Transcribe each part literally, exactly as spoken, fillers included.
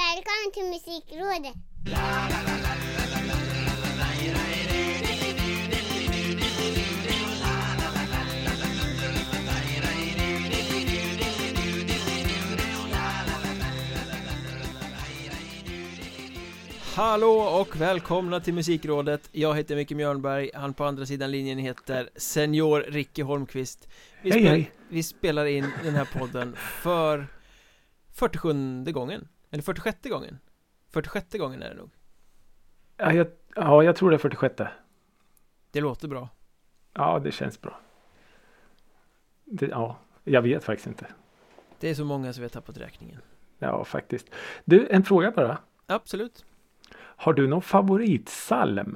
Välkommen till Musikrådet! Hallå och välkomna till Musikrådet. Jag heter Micke Mjörnberg. Han på andra sidan linjen heter Senior Ricky Holmqvist. Vi, hej, spel- hej. vi spelar in den här podden för fyrtiosjunde gången. Eller fyrtiosjätte gången. fyrtiosjätte gången är det nog. Ja, jag, ja, jag tror det är fyrtiosjätte. Det låter bra. Ja, det känns bra. Det, ja, jag vet faktiskt inte. Det är så många som vi har tappat räkningen. Ja, faktiskt. Du, en fråga bara. Absolut. Har du någon favoritsalm?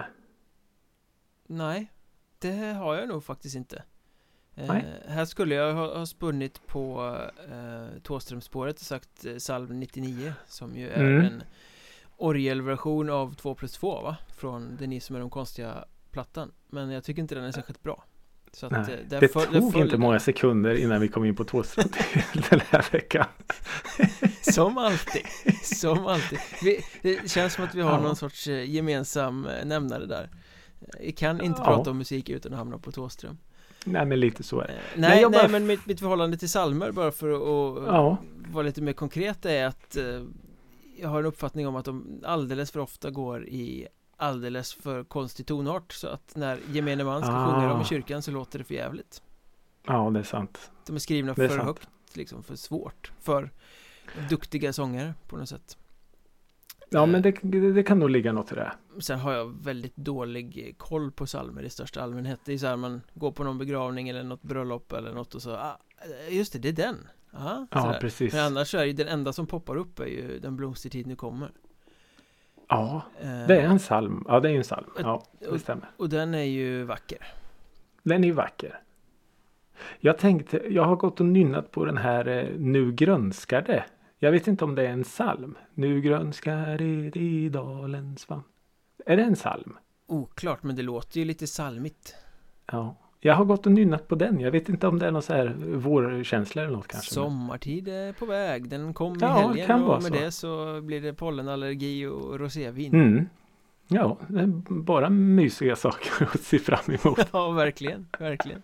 Nej, det har jag nog faktiskt inte. Nej. Eh, här skulle jag ha, ha spunnit på eh, Thåströmsspåret och sagt eh, Salm nittionio, som ju är Mm. en orgelversion av två plus två, va? Från Det Ni Som Är De Konstiga plattan. Men jag tycker inte den är särskilt bra. Så att, Nej, eh, där det föl- tog där föll- inte många sekunder innan vi kom in på Thåström den här veckan. Som alltid. Som alltid. Vi, det känns som att vi har Ja. någon sorts eh, gemensam eh, nämnare där. Vi kan inte Ja. prata om musik utan att hamna på Thåström. Nej, men lite så är det. Eh, Nej, nej, jag nej bara- men mitt, mitt förhållande till salmer, bara för att att Ja. vara lite mer konkret, är att eh, jag har en uppfattning om att de alldeles för ofta går i alldeles för konstig tonart, så att när gemene man ska Ah. sjunga dem i kyrkan så låter det för jävligt. Ja, det är sant. De är skrivna Det är för sant. högt, liksom för svårt, för duktiga sångare på något sätt. Ja, men det, det, det kan nog ligga något i det. Sen har jag väldigt dålig koll på salmer i största allmänhet. Det är så här, man går på någon begravning eller något bröllop eller något och så, ah, just det, det är den. Aha, Ja, sådär. precis. Men annars så är ju den enda som poppar upp är ju Den blomstertid nu kommer. Ja, Eh, det är en salm. Ja, det är ju en salm. Ja, det och- stämmer. Och den är ju vacker. Den är ju vacker. Jag tänkte, jag har gått och nynnat på den här eh, Nu grönskar det. Jag vet inte om det är en salm. Nu grönskar det i dalens svamp. Är det en salm? Oklart, men det låter ju lite salmigt. Ja. Jag har gått och nynnat på den. Jag vet inte om det är någon så här vårkänsla eller något kanske. Sommartid är på väg. Den kom Ja, i det helgen kan och vara med så. det så blir det pollenallergi och rosévin. Mm. Ja, det är bara mysiga saker att se fram emot. Ja, verkligen, verkligen.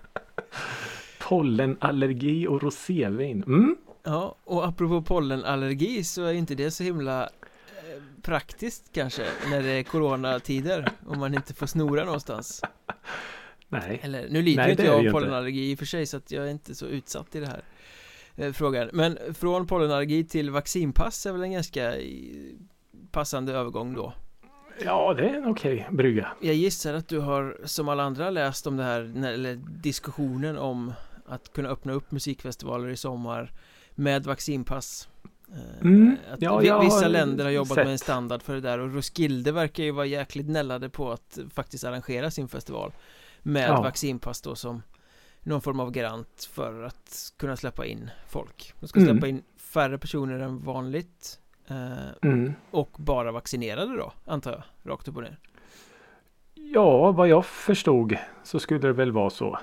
Pollenallergi och rosévin. Mm. Ja, och apropå pollenallergi så är inte det så himla eh, praktiskt kanske när det är coronatider och man inte får snora någonstans. Nej. Eller, nu lider Nej, ju inte det är jag det ju av inte. pollenallergi i och för sig, så att jag är inte så utsatt i det här eh, frågan. Men från pollenallergi till vaccinpass är väl en ganska i, passande övergång då. Ja, det är en okej brygga. Jag gissar att du har, som alla andra, läst om det här, när- eller diskussionen om att kunna öppna upp musikfestivaler i sommar med vaccinpass. Eh, Mm. Att Ja, vi- jag vissa har länder har jobbat sett. med en standard för det där, och Roskilde verkar ju vara jäkligt nällade på att faktiskt arrangera sin festival med Ja. vaccinpass då, som någon form av garant för att kunna släppa in folk. De ska Mm. släppa in färre personer än vanligt eh, Mm. och bara vaccinerade då, antar jag, rakt upp och ner. Ja, vad jag förstod så skulle det väl vara så.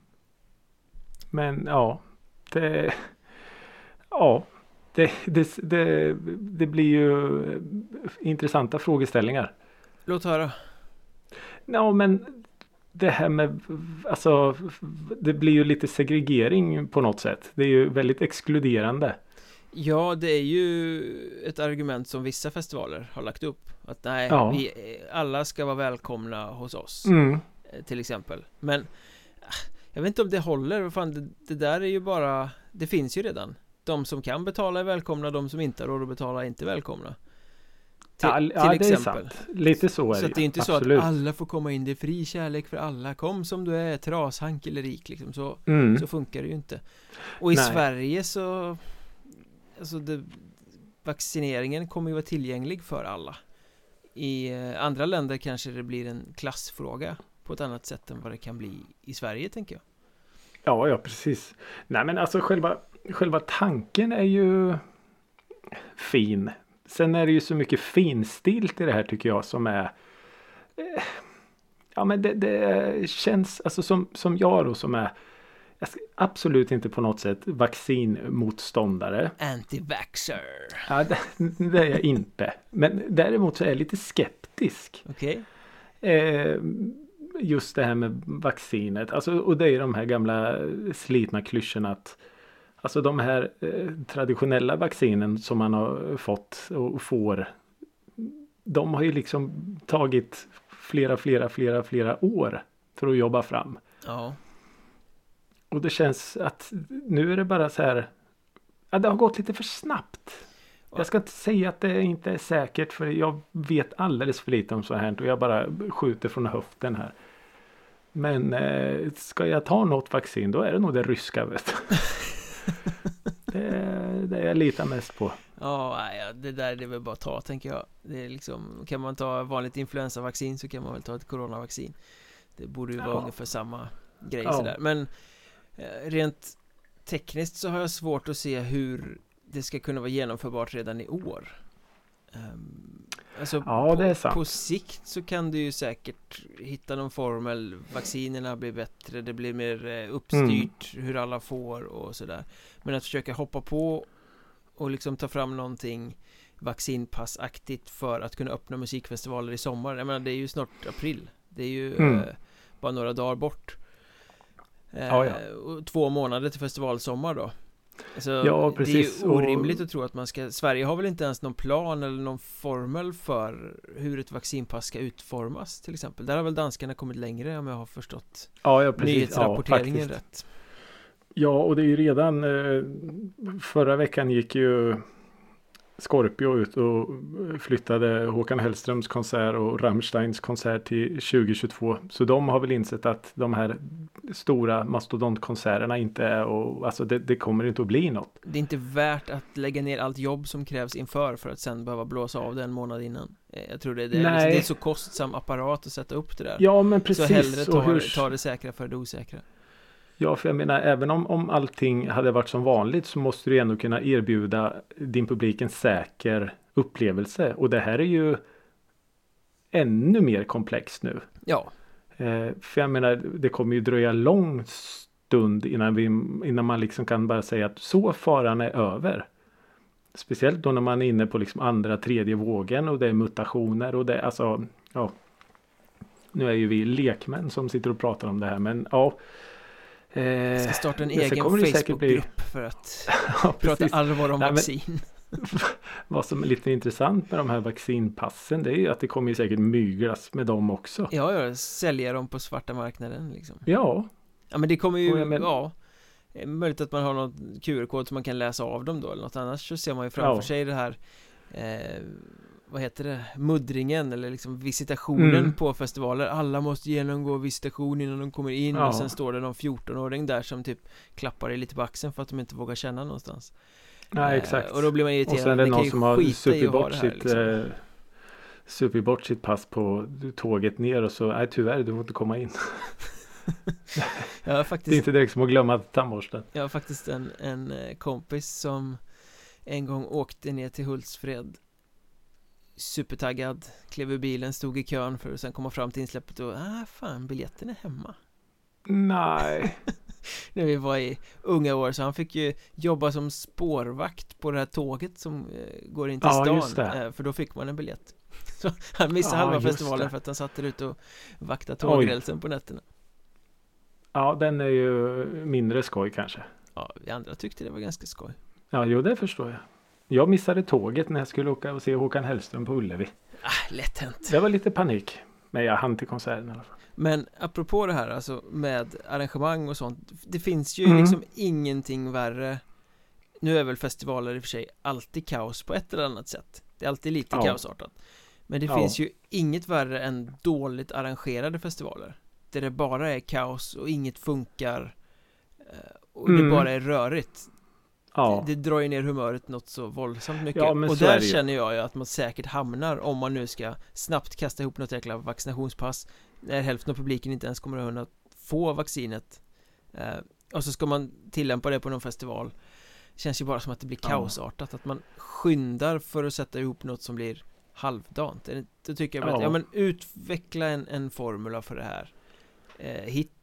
Men ja, det, ja, det, det, det, det blir ju intressanta frågeställningar. Låt höra. Ja, men det här med, alltså, det blir ju lite segregering på något sätt. Det är ju väldigt exkluderande. Ja, det är ju ett argument som vissa festivaler har lagt upp. Att nej, Ja. vi, alla ska vara välkomna hos oss, Mm. eh, till exempel. Men ah, jag vet inte om det håller. Vad fan, det, det där är ju bara, det finns ju redan. De som kan betala är välkomna, de som inte har råd att betala är inte välkomna. Till, Ja, till ja, det är exempel. sant. Lite så är Så det att det är ju. inte så Absolut. att alla får komma in, det är fri kärlek för alla. Kom som du är, trashank eller rik liksom. Så, Mm. så funkar det ju inte. Och i Nej. Sverige så, alltså det, vaccineringen kommer ju vara tillgänglig för alla. I eh, andra länder kanske det blir en klassfråga på ett annat sätt än vad det kan bli i Sverige, tänker jag. Ja, ja, precis. Nej, men alltså själva, själva tanken är ju fin. Sen är det ju så mycket finstilt i det här, tycker jag, som är eh, ja, men det, det känns, alltså som, som jag då, som är jag ska absolut inte på något sätt vaccinmotståndare. Anti-vaxxer. Ja, det, det är jag inte. Men däremot så är jag lite skeptisk. Okej. Eh, just det här med vaccinet. Alltså, och det är de här gamla slitna klyschorna att alltså de här eh, traditionella vaccinen som man har fått och får, de har ju liksom tagit flera, flera, flera, flera år för att jobba fram. Ja. Och det känns att nu är det bara så här, ja, det har gått lite för snabbt. Jag ska inte säga att det inte är säkert, för jag vet alldeles för lite om så här och jag bara skjuter från höften här. Men eh, ska jag ta något vaccin, då är det nog det ryska, vet du. det, det jag litar mest på. Ja, nej, det där det är väl bara att ta, tänker jag. Det är liksom, kan man ta vanligt influensavaccin så kan man väl ta ett coronavaccin. Det borde ju vara Ja. ungefär samma grej Ja. sådär. Men eh, rent tekniskt så har jag svårt att se hur det ska kunna vara genomförbart redan i år. Um, alltså Ja, på, det är sant. på sikt så kan du ju säkert hitta någon formel. Vaccinerna blir bättre, det blir mer eh, uppstyrt hur alla får och sådär. Men att försöka hoppa på och liksom ta fram någonting vaccinpassaktigt för att kunna öppna musikfestivaler i sommar. Jag menar, det är ju snart april. Det är ju Mm. eh, bara några dagar bort. Eh, Ja, ja. Och två månader till festivalsommar då. Alltså, Ja, precis. det är ju orimligt Och- att tro att man ska... Sverige har väl inte ens någon plan eller någon formel för hur ett vaccinpass ska utformas till exempel. Där har väl danskarna kommit längre om jag har förstått Ja, ja, precis. nyhetsrapporteringen ja, faktiskt. rätt. Ja, och det är ju redan eh, förra veckan gick ju Scorpio ut och flyttade Håkan Hellströms konsert och Rammsteins konsert till tjugo tjugotvå. Så de har väl insett att de här stora mastodontkonserterna inte är, och alltså det, det kommer inte att bli något. Det är inte värt att lägga ner allt jobb som krävs inför för att sen behöva blåsa av det en månad innan. Eh, Jag tror det, det, är, liksom, Nej. det är så kostsam apparat att sätta upp det där. Ja, men precis. Så hellre och ta, hur, ta det säkra för det osäkra. Ja, för jag menar, även om, om allting hade varit som vanligt så måste du ändå kunna erbjuda din publik en säker upplevelse. Och det här är ju ännu mer komplext nu. Ja, Eh, för jag menar, det kommer ju dröja lång stund innan, vi, innan man liksom kan bara säga att så faran är över. Speciellt då när man är inne på liksom andra, tredje vågen och det är mutationer och det, alltså, ja. Nu är ju vi lekmän som sitter och pratar om det här, men ja. Eh, jag ska starta en men sen egen kommer det säkert Facebookgrupp för att ja, prata precis. allvar om Nej, men- vaccin. Vad som är lite intressant med de här vaccinpassen, det är ju att det kommer ju säkert myglas med dem också. Ja, ja, sälja dem på svarta marknaden liksom. Ja, Ja, men det kommer ju, Och jag men- ja, det är möjligt att man har någon Q R-kod som man kan läsa av dem då eller något, annars så ser man ju framför Ja. sig det här eh, vad heter det, muddringen eller liksom visitationen Mm. på festivaler. Alla måste genomgå visitation innan de kommer in Ja. och sen står det någon fjortonåring där som typ klappar dig lite på axeln för att de inte vågar känna någonstans. nej Eh, exakt. Och då blir man Och irriterad. sen är det Ni kan någon ju som har skita i supit att ha bort det här, sitt liksom. eh, supit bort sitt pass på tåget ner och så, nej tyvärr, du får inte komma in. Jag har Det är faktiskt, inte direkt som att glömma tandborsten. jag har faktiskt en, en eh, kompis som en gång åkte ner till Hultsfred supertaggad, klev ur bilen, stod i kön för att sen komma fram till insläppet och ah fan, biljetten är hemma. Nej. När vi var i unga år, så han fick ju jobba som spårvakt på det här tåget som eh, går in till Ja, stan, just det. eh, för då fick man en biljett. Så han missade Ja, halva just festivalen det. för att han satt där ute och vaktade tågrälsen på nätterna. Ja, den är ju mindre skoj kanske. Ja, vi andra tyckte det var ganska skoj. Ja, jo det förstår jag. Jag missade tåget när jag skulle åka och se Håkan Hellström på Ullevi. Ah, lätt hänt. Det var lite panik. Men jag hann till konserten i alla fall. Men apropå det här alltså med arrangemang och sånt, det finns ju Mm. liksom ingenting värre. Nu är väl festivaler i och för sig alltid kaos på ett eller annat sätt. Det är alltid lite Ja. kaosartat. Men det Ja. finns ju inget värre än dåligt arrangerade festivaler. Där det bara är kaos och inget funkar. eh, Och Mm. det bara är rörigt. Ja, Det, det drar ju ner humöret något så våldsamt mycket. Ja, men och så är där det ju. känner jag ju att man säkert hamnar om man nu ska snabbt kasta ihop något jäkla vaccinationspass när hälften av publiken inte ens kommer att kunna få vaccinet. Eh, och så ska man tillämpa det på någon festival. Det känns ju bara som att det blir Ja. kaosartat. Att man skyndar för att sätta ihop något som blir halvdant. Är det- Då tycker jag väl att, Ja. ja men utveckla en, en formula för det här. Eh, hitta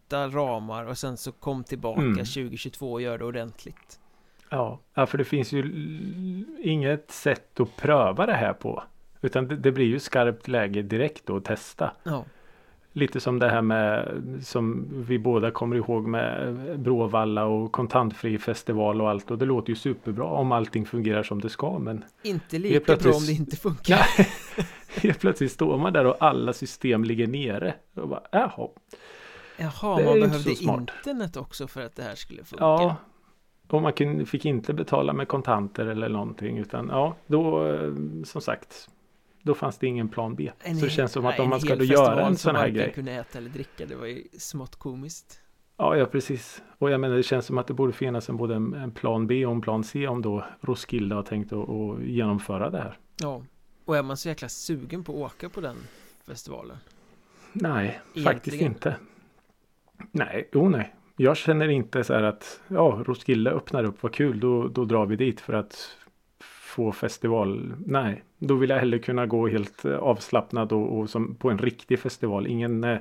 sätta ramar och sen så kom tillbaka Mm. tjugo tjugotvå och gör det ordentligt. Ja, ja, för det finns ju l- inget sätt att pröva det här på. Utan det, det blir ju skarpt läge direkt då att testa. Ja, Lite som det här med, som vi båda kommer ihåg med Bråvalla och kontantfri festival och allt. Och det låter ju superbra om allting fungerar som det ska. Men inte lika plötsligt- bra om det inte funkar. nej, helt plötsligt står man där och alla system ligger nere. Och bara, jaha. Jaha, Det är man ju inte behövde så smart. internet också för att det här skulle funka. Ja, och man kunde, fick inte betala med kontanter eller någonting. Utan ja, då eh, som sagt, då fanns det ingen plan B. En Så det hel- känns som att nej, om man en ska hel då göra festival en som sån här varken grej. kunde äta eller dricka, det var ju smått komiskt. Ja, ja, precis. Och jag menar, det känns som att det borde finnas en, både en, en plan B och en plan C om då Roskilde har tänkt att, att genomföra det här. Ja, och är man så jäkla sugen på att åka på den festivalen? Nej, Egentligen. faktiskt inte. Nej, jo nej. Jag känner inte så här att ja, Roskilde öppnar upp, vad kul, då, då drar vi dit för att få festival. Nej, då vill jag hellre kunna gå helt eh, avslappnad och, och som på en riktig festival. Ingen eh,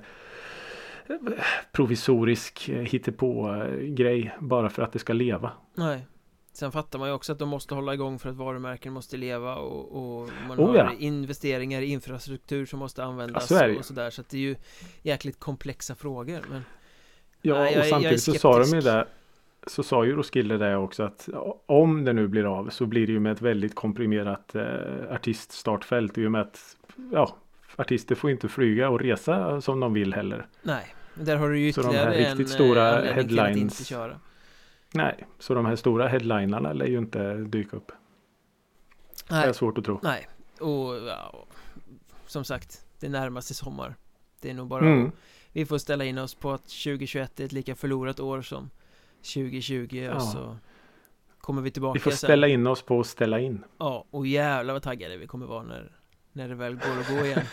provisorisk eh, hittepå-grej bara för att det ska leva. Nej. Sen fattar man ju också att de måste hålla igång för att varumärken måste leva och, och man Oh, har ja. investeringar i infrastruktur som måste användas Ja, så är det ju. och sådär. Så att det är ju jäkligt komplexa frågor. Men Ja, Nej, jag är- och jag är samtidigt så sa de ju skeptisk. det, så sa ju Roskilde det också att om det nu blir av så blir det ju med ett väldigt komprimerat eh, artiststartfält i och med att ja, artister får inte flyga och resa som de vill heller. nej, men där har du ju Så de ytterligare här en riktigt eh, stora anledning till att inte headlines- köra. Nej, så de här stora headlinarna lär ju inte dyka upp. Det Nej, är svårt att tro. nej. Och ja, som sagt, det närmar sig sommar. Det är nog bara Mm. att vi får ställa in oss på att tjugo tjugoett är ett lika förlorat år som tjugo tjugo Ja. och så kommer vi tillbaka Vi får sen. ställa in oss på att ställa in. Ja, och jävlar vad taggade vi kommer vara när, när det väl går att gå igen.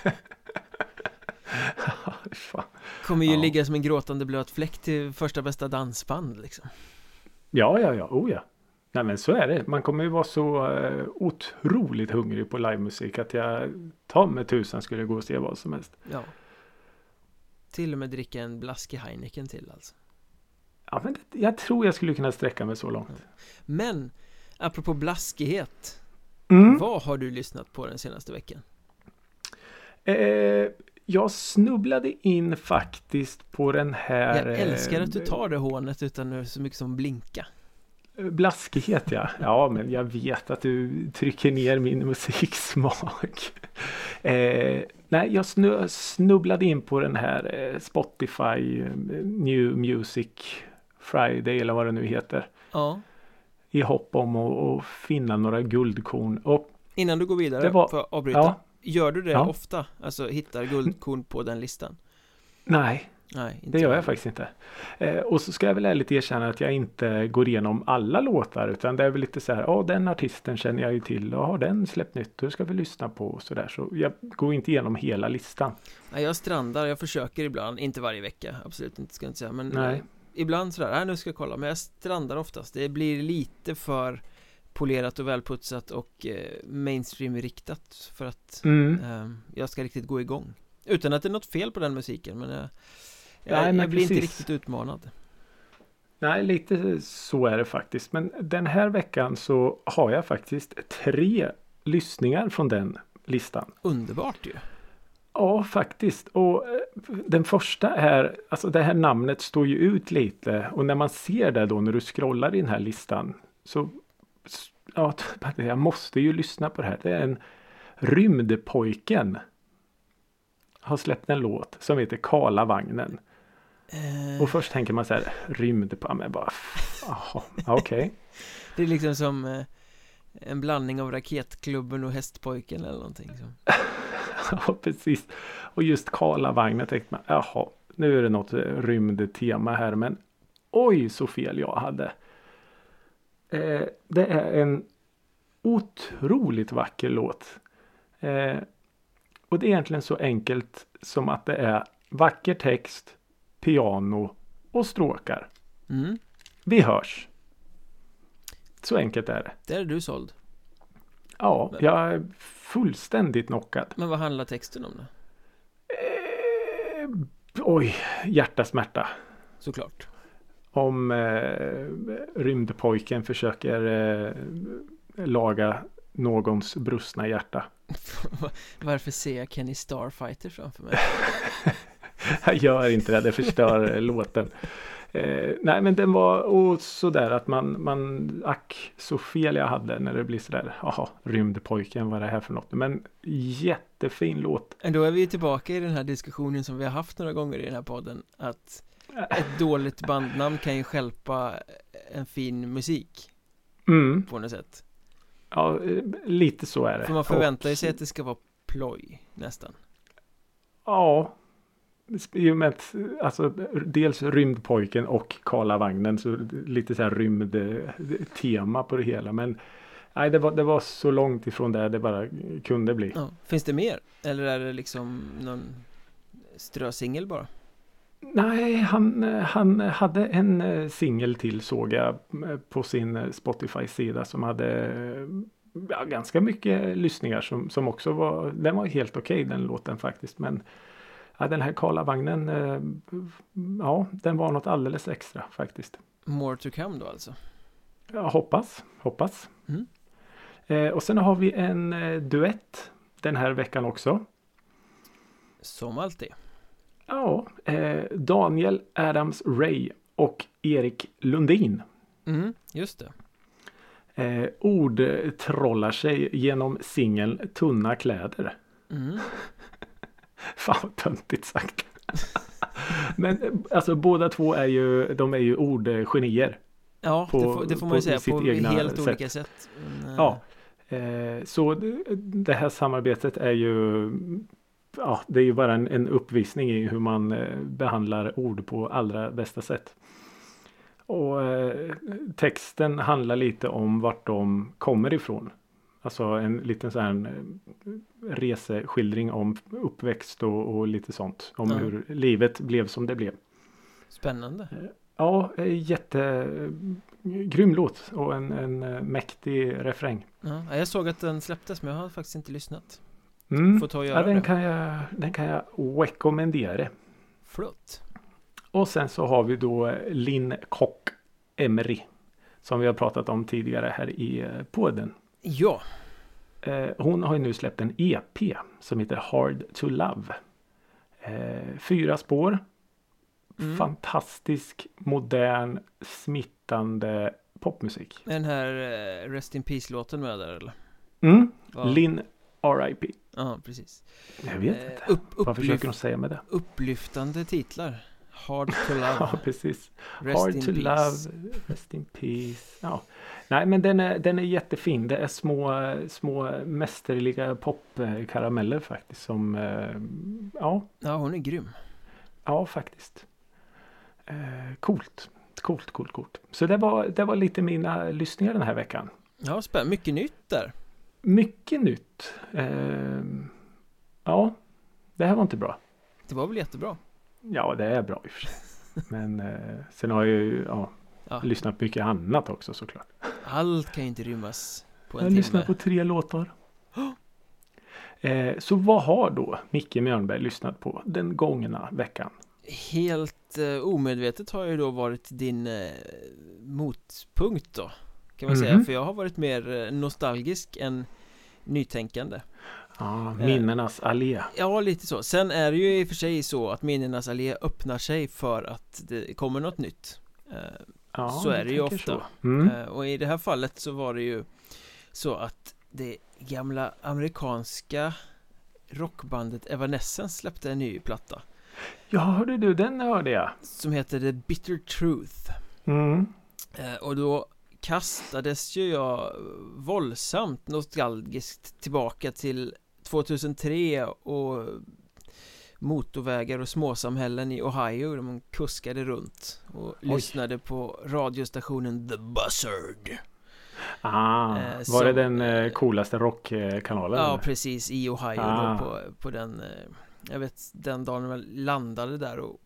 Fan. Kommer ju Ja. ligga som en gråtande blöt fläck till första bästa dansband liksom. Ja, ja, ja, oh ja. Nej men så är det. Man kommer ju vara så uh, otroligt hungrig på livemusik att jag tar med tusan skulle gå och se vad som helst. Ja. Till och med dricka en blaskig Heineken till alltså. Ja, men det, jag tror jag skulle kunna sträcka mig så långt. Men, apropå blaskighet. Mm. Vad har du lyssnat på den senaste veckan? Eh, jag snubblade in faktiskt på den här... Jag älskar att du eh, tar det hånet utan att så mycket som blinka. Blaskighet, ja. Ja, men jag vet att du trycker ner min musiksmak. Eh, nej, jag snu, snubblade in på den här eh, Spotify eh, New Music Friday eller vad det nu heter. Ja. I hopp om att, att finna några guldkorn. Och Innan du går vidare, Det var- för att avbryta. ja, Gör du det Ja. ofta? Alltså hittar guldkorn på den listan? nej, Nej, inte det gör så. jag faktiskt inte. Eh, och så ska jag väl ärligt erkänna att jag inte går igenom alla låtar utan det är väl lite så här, ja den artisten känner jag ju till och har den släppt nytt, då ska vi lyssna på och så där. Så jag går inte igenom hela listan. Nej, jag strandar, jag försöker ibland, inte varje vecka, absolut inte, ska jag inte säga, men Nej. eh, ibland sådär, nej nu ska jag kolla, men jag strandar oftast, det blir lite för polerat och välputsat och eh, mainstream-riktat för att Mm. eh, jag ska riktigt gå igång. Utan att det är något fel på den musiken, men jag, jag, Nej, men jag blir inte precis. riktigt utmanad. Nej, lite så är det faktiskt. Men den här veckan så har jag faktiskt tre lyssningar från den listan. Underbart ju. Ja, faktiskt. Och eh, den första är, alltså det här namnet står ju ut lite. Och när man ser det då när du scrollar i den här listan så, ja, jag måste ju lyssna på det här. Det är en Rymdpojken. Har släppt en låt som heter Kala vagnen. Eh, Och först tänker man så här, rymd på mig bara, jaha, okej. det är liksom som eh, en blandning av Raketklubben och Hästpojken eller någonting så. Ja, precis. Och just Kala vagnen tänkte man, jaha, nu är det något rymdtema här, men oj så fel jag hade. Eh, det är en otroligt vacker låt. Eh, och det är egentligen så enkelt som att det är vacker text, piano och stråkar. Mm, Vi hörs. Så enkelt är det. där är du såld. Ja, jag är fullständigt knockad. Men vad handlar texten om då? Eh, oj, hjärtasmärta. Såklart. Om eh, rymdpojken försöker eh, laga någons brustna hjärta. Varför ser jag Kenny Starfighter framför mig? Jag gör inte det, det förstör låten. Eh, nej, men den var och sådär att man, man ack så fel jag hade när det blir sådär, jaha, rymdpojken, vad är det här för något? Men jättefin låt. Då är vi tillbaka i den här diskussionen som vi har haft några gånger i den här podden, att ett dåligt bandnamn kan ju stjälpa en fin musik Mm. på något sätt. Ja, lite så är det. För man förväntar och, sig att det ska vara ploj nästan. Ja, i och med att, alltså, dels rymdpojken och Karlavagnen, så lite så här rymdtema på det hela. Men nej, det var, det var så långt ifrån där det bara kunde bli. Ja. Finns det mer? Eller är det liksom någon strösingel bara? Nej, han, han hade en singel till, såg jag på sin Spotify-sida, som hade ja, ganska mycket lyssningar som, som också var, den var helt okej okay, den låten faktiskt, men ja, den här Karlavagnen, ja, den var något alldeles extra faktiskt. More to come då alltså? Ja, hoppas, hoppas. Mm. Eh, och sen har vi en eh, duett den här veckan också. Som alltid. Ja, eh, Daniel Adams-Ray och Erik Lundin. Mm, just det. Eh, ord trollar sig genom singeln Tunna kläder. Mm. Fan vad töntigt sagt. Men alltså båda två är ju, de är ju ordgenier. Ja, på, det, får, det får man ju säga på helt sätt. olika sätt. Men, ja, eh, så det här samarbetet är ju, ja, det är ju bara en, en uppvisning i hur man eh, behandlar ord på allra bästa sätt. Och eh, texten handlar lite om vart de kommer ifrån. Alltså en liten sån här reseskildring om uppväxt och, och lite sånt. Om ja. hur livet blev som det blev. Spännande. Ja, jätte grym låt och en, en mäktig refräng. Ja, jag såg att den släpptes, men jag har faktiskt inte lyssnat. Mm. Får ta och göra ja, den det. kan jag, den kan jag rekommendera. Flott. Och sen så har vi då Lynn Kock Emery, som vi har pratat om tidigare här i podden. Ja. Eh, hon har ju nu släppt en E P som heter Hard to Love. Eh, fyra spår. Mm. Fantastisk, modern, smittande popmusik. Den här uh, Rest in Peace-låten med där, eller? Mm. Ja. Lynn R I P. Ja, precis. Jag vet inte. Uh, upp, Vad försöker de säga med det? Upplyftande titlar. Hard to Love. Ja, precis. Rest Hard in to peace. Love, Rest in Peace. Ja. Nej, men den är, den är jättefin. Det är små, små mästerliga popkarameller faktiskt. Som, ja. Ja, hon är grym. Ja, faktiskt. Eh, coolt. Coolt, coolt, coolt. Så det var, det var lite mina lyssningar den här veckan. Ja, spännande. Mycket nytt där. Mycket nytt. Eh, ja, det här var inte bra. Det var väl jättebra. Ja, det är bra i och för sig. Men eh, sen har jag ju ja, ja. lyssnat på mycket annat också såklart. Allt kan ju inte rymmas på en jag timme. Jag lyssnar på tre låtar. Oh. Eh, så vad har då Micke Mjörnberg lyssnat på den gångna veckan? Helt eh, omedvetet har ju då varit din eh, motpunkt då, kan man mm-hmm. säga. För jag har varit mer eh, nostalgisk än nytänkande. Ja, minnenas allé. Ja, lite så. Sen är det ju i och för sig så att minnenas allé öppnar sig för att det kommer något nytt. Ja, så är det ju ofta. Mm. Och i det här fallet så var det ju så att det gamla amerikanska rockbandet Evanescence släppte en ny platta. Ja, hörde du, den hörde jag. Som heter The Bitter Truth. Mm. Och då kastades ju jag våldsamt nostalgiskt tillbaka till tjugohundratre och motorvägar och småsamhällen i Ohio där man kuskade runt och Oj. lyssnade på radiostationen The Buzzard. Ah, eh, var som, det den eh, coolaste rockkanalen? Ja, eller? precis, i Ohio ah. då, på, på den, eh, jag vet, den dagen man landade där och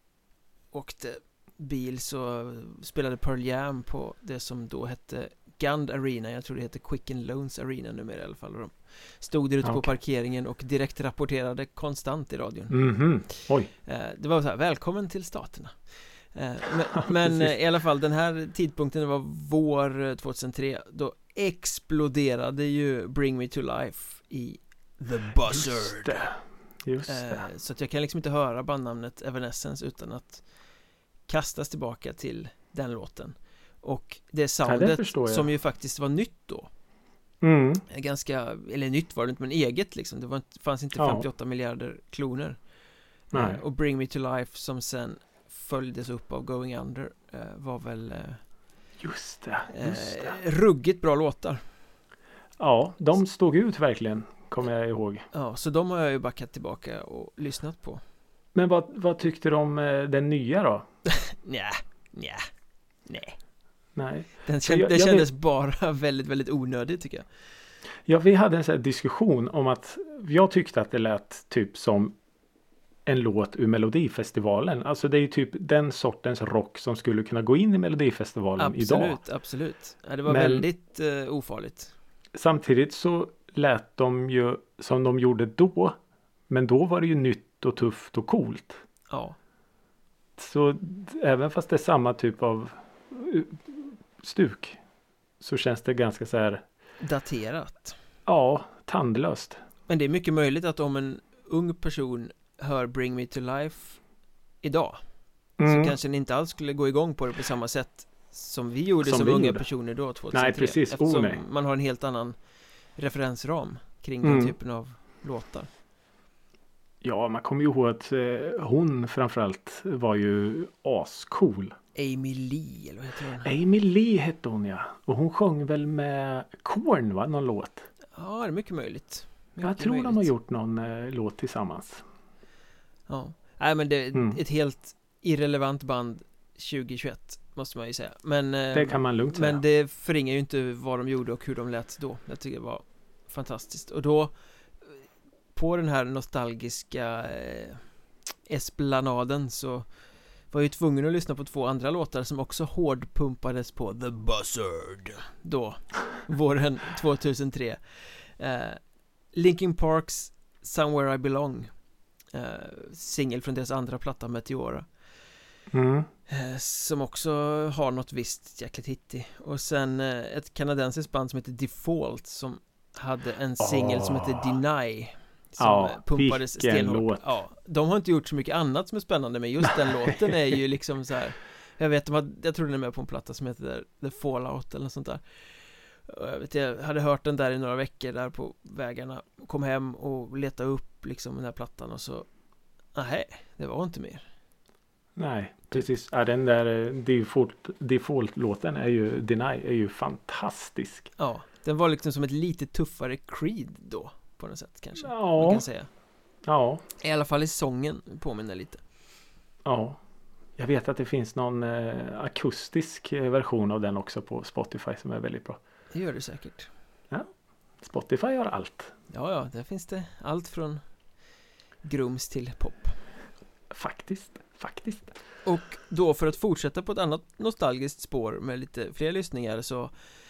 åkte bil så spelade Pearl Jam på det som då hette Gund Arena, jag tror det heter Quicken Loans Arena numera i alla fall. Och de stod där ute okay. på parkeringen och direkt rapporterade konstant i radion. Mm-hmm. Oj. Det var så här, välkommen till staterna. Eh, men men eh, i alla fall, den här tidpunkten var vår tjugohundratre. Då exploderade ju Bring Me To Life i The Buzzard. Just det. Just det. Eh, så att jag kan liksom inte höra bandnamnet Evanescence utan att kastas tillbaka till den låten. Och det soundet ja, som ju faktiskt var nytt då. Mm. Ganska, eller nytt var det inte, men eget liksom. Det var inte, fanns inte Ja. femtioåtta miljarder kloner. Nej. Eh, och Bring Me To Life som sen följdes upp av Going Under eh, var väl eh, Just det. Just det. eh, ruggigt bra låtar. Ja, de stod ut verkligen, kommer jag ihåg. Ja, så de har jag ju backat tillbaka och lyssnat på. Men vad, vad tyckte du om eh, den nya då? Nja, nja, nej. Nej. Den, känd, jag- det jag kändes bara väldigt, väldigt onödigt tycker jag. Ja, vi hade en sån här diskussion om att jag tyckte att det lät typ som en låt ur Melodifestivalen. Alltså det är ju typ den sortens rock som skulle kunna gå in i Melodifestivalen Absolut, idag. absolut. Ja, det var Men- väldigt eh, ofarligt. Samtidigt så lät de ju som de gjorde då. Men då var det ju nytt och tufft och coolt. Ja, Så d- även fast det är samma typ av uh, stuk så känns det ganska så här, daterat. ja, tandlöst. Men det är mycket möjligt att om en ung person hör Bring Me To Life idag Mm. så kanske den inte alls skulle gå igång på det på samma sätt som vi gjorde Som som, vi unga gjorde. personer då tjugohundratre. Nej, precis. Oh, Eftersom nej. man har en helt annan referensram kring Mm. den typen av låtar. Ja, man kommer ju ihåg att eh, hon framförallt var ju ascool. Amy Lee, eller vad heter hon? Amy Lee hette hon ja. Och hon sjöng väl med Korn va? Någon låt. Ja, det är mycket möjligt. Mycket Jag tror möjligt. de har gjort någon eh, låt tillsammans. Ja. Nej, men det är Mm. ett helt irrelevant band tjugohundratjugoett måste man ju säga. Men, eh, Det kan man lugnt säga. men det förringar ju inte vad de gjorde och hur de lät då. Jag tycker det var fantastiskt. Och då på den här nostalgiska eh, esplanaden så var jag ju tvungen att lyssna på två andra låtar som också hårdpumpades på The Buzzard då, våren tjugohundratre. eh, Linkin Parks Somewhere I Belong, eh, singel från deras andra platta Meteora, Mm. eh, som också har något visst jäkligt hittig. Och sen eh, ett kanadensiskt band som heter Default som hade en singel som heter Deny som Ja, eh, pumpades vilken stenhårt. låt. Ja, de har inte gjort så mycket annat som är spännande, men just den låten är ju liksom så här. Jag vet, de hade, jag tror den är med på en platta som heter The Fallout eller något sånt där. Och jag vet, jag hade hört den där i några veckor där på vägarna, kom hem och letade upp liksom den här plattan och så nej, det var inte mer. Nej, precis. Ja, den där eh, default, default-låten är ju Deny är ju fantastisk. Ja, den var liksom som ett lite tuffare Creed då på något sätt kanske. Man Ja, kan säga. ja, I alla fall i sången påminner lite. ja. Jag vet att det finns någon eh, akustisk eh, version av den också på Spotify som är väldigt bra. Det gör det säkert. Spotify har allt. Ja, ja, där finns det allt från grums till pop. Faktiskt, faktiskt. Och då för att fortsätta på ett annat nostalgiskt spår med lite fler lyssningar så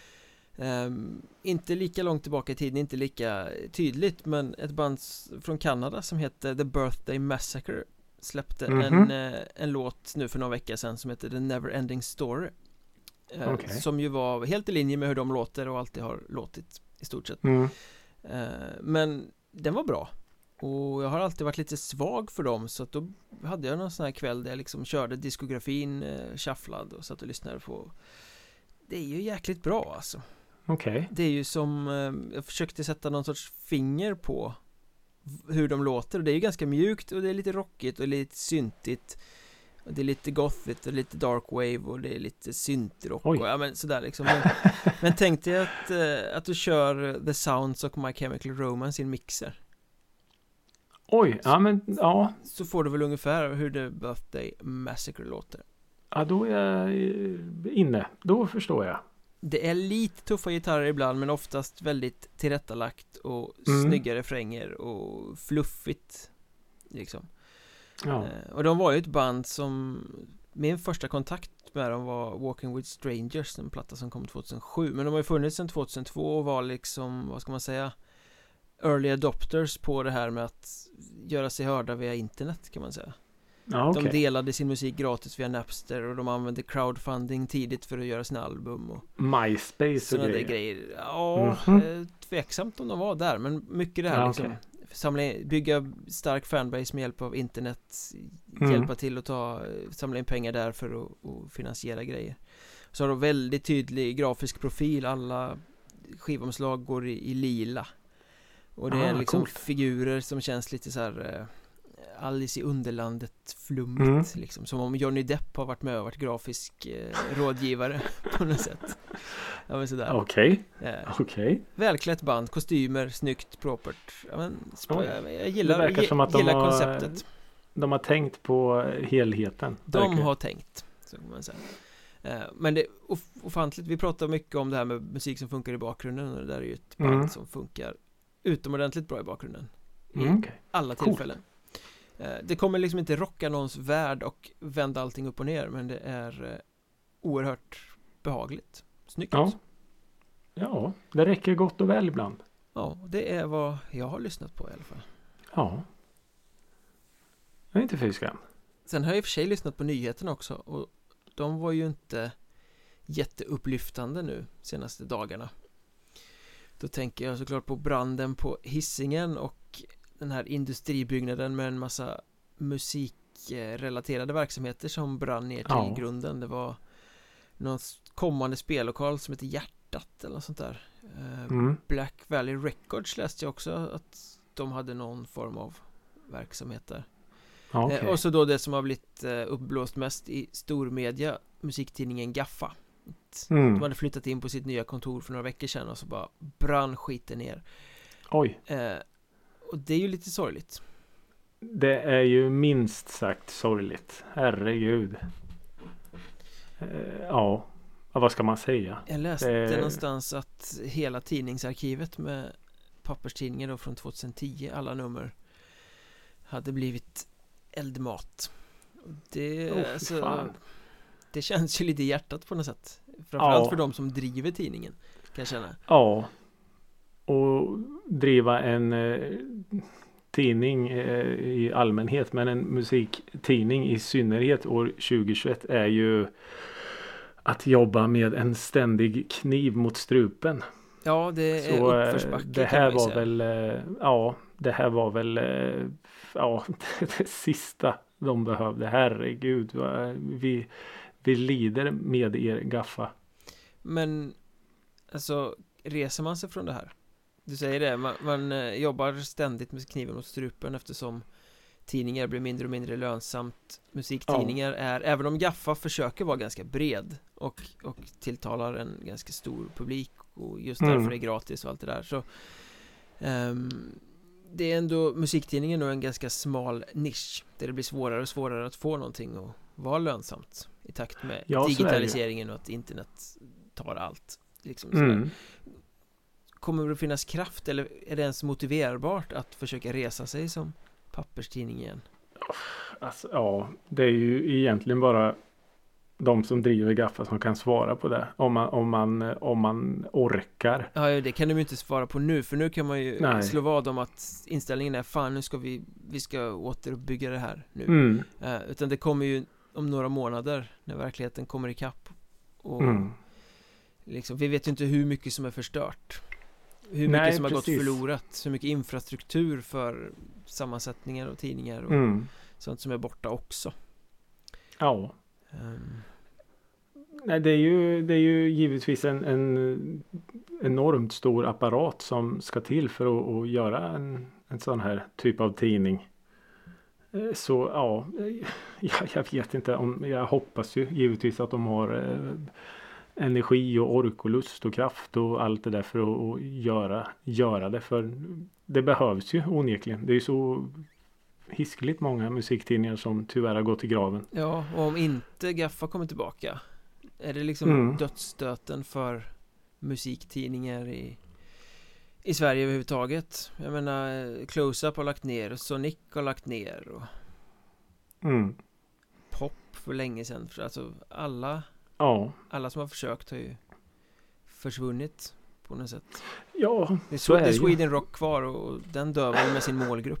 ehm, inte lika långt tillbaka i tiden, inte lika tydligt, men ett band s- från Kanada som heter The Birthday Massacre släppte Mhm. en, eh, en låt nu för några veckor sedan som heter The Never Ending Story. Eh, Okej. Som ju var helt i linje med hur de låter och alltid har låtit i stort sett. Mm. Eh, Men den var bra. Och jag har alltid varit lite svag för dem, så att då hade jag någon sån här kväll där jag liksom körde diskografin eh, shufflad och satt och lyssnade på. Det är ju jäkligt bra alltså. Okej. Det är ju som eh, jag försökte sätta någon sorts finger på v- hur de låter, och det är ju ganska mjukt och det är lite rockigt och lite syntigt. Och det är lite gothigt och lite dark wave och det är lite syntrock Oj. och ja, men sådär liksom. Men, men tänk dig att, eh, att du kör The Sounds och My Chemical Romance i en mixer. Oj, ja men ja. Så får du väl ungefär hur The Birthday Massacre låter. Ja, då är jag eh, inne. Då förstår jag. Det är lite tuffa gitarrer ibland, men oftast väldigt tillrättalagt och Mm. snygga refränger och fluffigt liksom. Ja. Eh, och de var ju ett band som, min första kontakt med dem var Walking with Strangers, en platta som kom tjugohundrasju, men de har ju funnits sedan tjugohundratvå och var liksom, vad ska man säga, early adopters på det här med att göra sig hörda via internet kan man säga. Ja, De okej. delade sin musik gratis via Napster och de använde crowdfunding tidigt för att göra sina album och MySpace och sådana där grejer. grejer. Ja, Mhm. eh, tveksamt om de var där, men mycket det här Ja, liksom okej. samla in, bygga stark fanbase med hjälp av internet, Mm. hjälpa till att ta, samla in pengar där för att, att finansiera grejer. Så har de väldigt tydlig grafisk profil, alla skivomslag går i, i lila. Och det Ah, är liksom coolt. figurer som känns lite så här eh, Alice i Underlandet flummigt Mm. liksom, som om Johnny Depp har varit med och varit grafisk eh, rådgivare på något sätt. Ja, men sådär. Okej, Eh, okej. välklätt band, kostymer, snyggt, propert. Ja, men, sp- Oj. jag, jag gillar, Det verkar ge- som att de gillar har- konceptet. De har tänkt på helheten. De verkligen. har tänkt, så kan man säga. Eh, Men det är of- ofantligt, vi pratar mycket om det här med musik som funkar i bakgrunden, och det där är ju ett band Mm. som funkar utomordentligt bra i bakgrunden i Mm, okej. alla Coolt. tillfällen. Eh, Det kommer liksom inte rocka någons värld och vända allting upp och ner, men det är eh, oerhört behagligt. Snyggt. Ja. Ja. Ja, det räcker gott och väl ibland. Ja, det är vad jag har lyssnat på i alla fall. Ja. Jag är inte fy skam. Sen har jag i och för sig lyssnat på nyheterna också, och de var ju inte jätteupplyftande nu senaste dagarna. Då tänker jag såklart på branden på Hisingen och den här industribyggnaden med en massa musikrelaterade verksamheter som brann ner till Ja. grunden. Det var någon kommande spellokal som heter Hjärtat eller något sånt där. Eh, Mm. Black Valley Records läste jag också att de hade någon form av verksamhet där. Ja, okej. Eh, och så då det som har blivit eh, uppblåst mest i stormedia, musiktidningen Gaffa. Mm. De hade flyttat in på sitt nya kontor för några veckor sedan och så bara brann skiten ner. Oj, Eh, och det är ju lite sorgligt. det är ju minst sagt sorgligt. Herregud. Eh, ja, ja, vad ska man säga? Jag läste Det- någonstans att hela tidningsarkivet med papperstidningar då från tjugohundratio, alla nummer, hade blivit eldmat. Och Det, Åh, fy alltså, fan. det känns ju lite i hjärtat på något sätt. Framförallt Ja. för de som driver tidningen, kan jag känna. Ja. Och driva en eh, tidning eh, i allmänhet, men en musiktidning i synnerhet år tjugohundratjugoett är ju att jobba med en ständig kniv mot strupen. Ja, det är Så eh, uppförsbacke, det kan här man ju var säga. väl, eh, ja, det här var väl, eh, ja, det sista de behövde. Herregud, vad- vi, vi lider med er Gaffa. Men alltså, reser man sig från det här? Du säger det, man, man eh, jobbar ständigt med kniven mot strupen eftersom tidningar blir mindre och mindre lönsamt. Musiktidningar är, även om Gaffa försöker vara ganska bred och, och tilltalar en ganska stor publik och just Mm. därför är gratis och allt det där, så ehm, det är ändå, musiktidningen är en ganska smal nisch där det blir svårare och svårare att få någonting att vara lönsamt i takt med Ja, så är det ju. digitaliseringen och att internet tar allt liksom sådär. Mm. Kommer det att finnas kraft eller är det ens motiverbart att försöka resa sig som papperstidning igen? Alltså, ja, det är ju egentligen bara de som driver Gaffa som kan svara på det. Om man, om man, om man orkar. Ja, ja, det kan de ju inte svara på nu, för nu kan man ju Nej. slå vad om att inställningen är fan, nu ska vi, vi ska återuppbygga det här nu. Mm. Eh, utan det kommer ju om några månader när verkligheten kommer ikapp. Och Mm. liksom, vi vet ju inte hur mycket som är förstört. Hur mycket Nej, som har precis. gått förlorat. Hur mycket infrastruktur för sammansättningar och tidningar och Mm. sånt som är borta också. Ja. Ehm, Nej, det är ju, det är ju givetvis en, en enormt stor apparat som ska till för att, att göra en, en sån här typ av tidning. Eh, Så ja, eh, jag, jag vet inte om, jag hoppas ju givetvis att de har eh, energi och ork och lust och kraft och allt det där för att, att göra, göra det. För det behövs ju onekligen. Det är ju så hiskligt många musiktidningar som tyvärr har gått i graven. Ja, och om inte Gaffa kommer tillbaka, är det liksom Mm. dödsstöten för musiktidningar i, i Sverige överhuvudtaget? Jag menar, Close-Up har lagt ner och Sonic har lagt ner och Mm. Pop för länge sedan. Alltså alla, Ja. alla som har försökt har ju försvunnit på något sätt. Ja, Det är, så så är det är det ju. Sweden Rock kvar och den dör väl med sin målgrupp.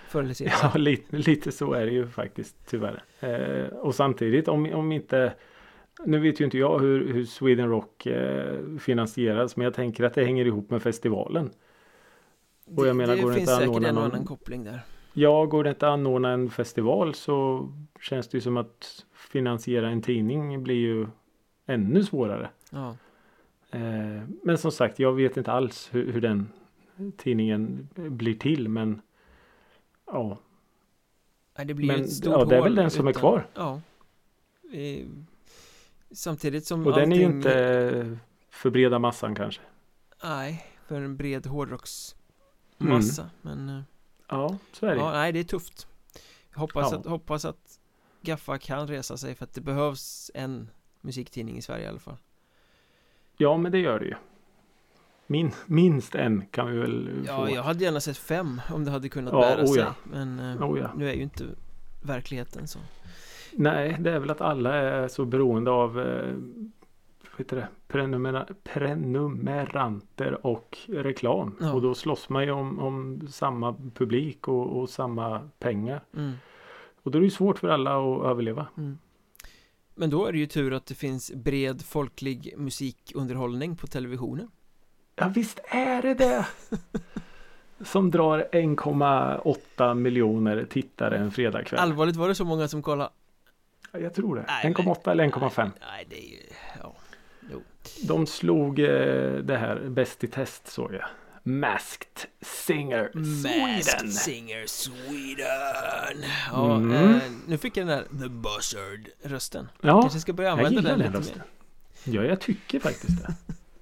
förr eller senare. Ja, lite, lite så är det ju faktiskt tyvärr. Eh, och samtidigt om, om inte, nu vet ju inte jag hur, hur Sweden Rock eh, finansieras, men jag tänker att det hänger ihop med festivalen. Och jag det menar, det går det finns inte att säkert anordna en och någon- annan koppling där. Ja, går det inte att anordna en festival så känns det ju som att finansiera en tidning blir ju ännu svårare. Ja. Eh, men som sagt, jag vet inte alls hur, hur den tidningen blir till, men ja, Nej, det blir Men, ju ett stort ja, det är väl hål den som är utan- kvar. Ja. Eh, Samtidigt som och den är ju allting- inte för breda massan kanske. Nej, för en bred hårdrocksmassa. Mm. Men eh, Ja, så är det. ja, Ja, nej, det är tufft. Jag hoppas, Ja. att, hoppas att Gaffa kan resa sig, för att det behövs en musiktidning i Sverige i alla fall. ja, men det gör det ju. Min, minst en kan vi väl Ja, få. jag hade gärna sett fem om det hade kunnat Ja, bära oh sig. ja. Men eh, Oh, ja. nu är ju inte verkligheten så. Nej, det är väl att alla är så beroende av eh, vad heter det? Prenumera- prenumeranter och reklam. Ja. Och då slåss man ju om, om samma publik och, och samma pengar. Mm. Och då är det ju svårt för alla att överleva. Mm. Men då är det ju tur att det finns bred folklig musikunderhållning på televisionen. Ja, visst är det det! Som drar en komma åtta miljoner tittare en fredagkväll. Allvarligt, var det så många som kollade? Ja, jag tror det. Nej, en komma åtta eller en komma fem. Nej, det är ju... Ja, jo. De slog eh, det här Bäst i test, såg jag. Masked Singer Masked Sweden. Singer Sweden. Ja, Mm. eh, nu fick jag den där The Buzzard-rösten. Ja, Kanske ska börja jag använda gillar den den lite rösten. Ja, jag tycker faktiskt det.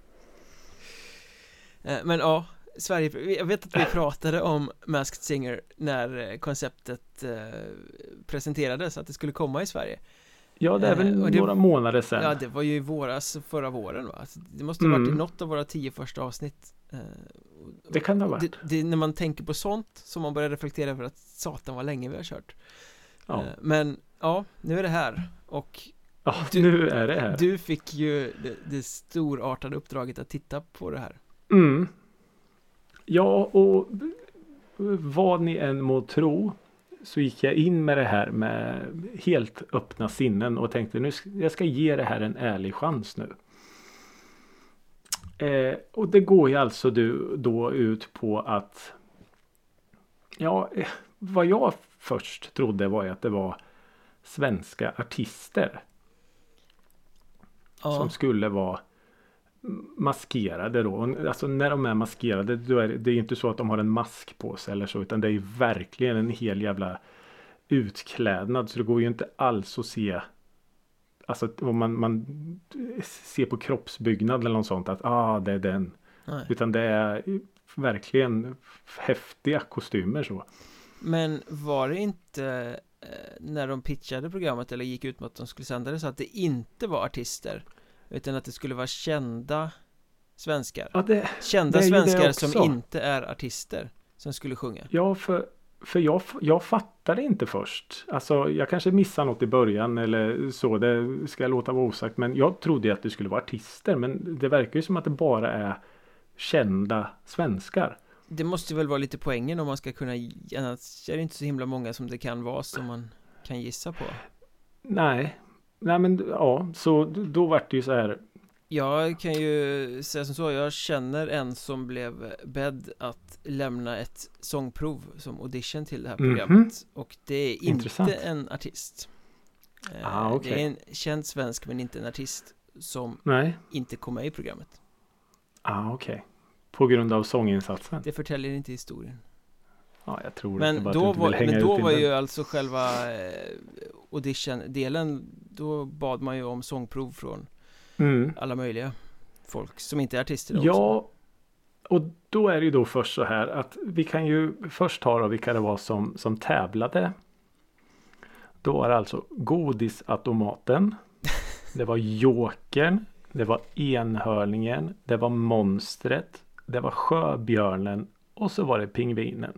mer. Eh, Men ja, Sverige, jag vet att vi pratade om Masked Singer när eh, konceptet eh, presenterades, att det skulle komma i Sverige. Ja, det är väl Eh, och det- några månader sedan. Ja, det var ju i våras, förra våren, va? Alltså, det måste ha varit Mm. i något av våra tio första avsnitt. Eh, och- Det kan det ha varit. det, det är när man tänker på sånt som man börjar reflektera över att satan vad länge vi har kört. Ja. Eh, Men ja, nu är det här. Och Ja, du- nu är det här. du fick ju det, det storartade uppdraget att titta på det här. Mm. Ja, och vad ni än må tro så gick jag in med det här med helt öppna sinnen och tänkte nu ska, jag ska ge det här en ärlig chans nu. Eh, och det går ju alltså du, då ut på att ja, eh, vad jag först trodde var ju att det var svenska artister Ja, som skulle vara maskerade då. Alltså när de är maskerade då är det, det är inte så att de har en mask på sig eller så, utan det är ju verkligen en hel jävla utklädnad, så det går ju inte alls att se, alltså om man, man ser på kroppsbyggnad eller något sånt att ah, det är den, nej. utan det är verkligen häftiga kostymer så. Men var det inte eh, när de pitchade programmet eller gick ut med att de skulle sända det, så att det inte var artister, utan att det skulle vara kända svenskar? Ja, det, Kända det är ju det svenskar också. som inte är artister som skulle sjunga. ja för För jag, jag fattade inte först. Alltså jag kanske missade något i början eller så. Det ska jag låta vara osagt. Men jag trodde att det skulle vara artister. Men det verkar ju som att det bara är kända svenskar. Det måste väl vara lite poängen om man ska kunna, annars är det inte så himla många som det kan vara som man kan gissa på. Nej. Nej men ja. Så då var det ju så här. Jag kan ju säga som så, jag känner en som blev bedd att lämna ett sångprov som audition till det här programmet. Mhm. Och det är Intressant. inte en artist. Eh, Ah, okej. Det är en känd svensk men inte en artist som Nej. inte kom med i programmet. Ah, okej. Okay. På grund av sånginsatsen. Det förtäljer inte historien. Ja, jag tror Men inte bara då att du inte var, vill hänga men då ut var din ju vän. alltså själva eh, audition-delen, då bad man ju om sångprov från Mm. alla möjliga folk som inte är artister också. Ja, och då är det ju då först så här att vi kan ju först ta då vilka det var som, som tävlade. Då var det alltså Godisautomaten, det var Jokern, det var Enhörningen, det var Monstret, det var Sjöbjörnen och så var det Pingvinen.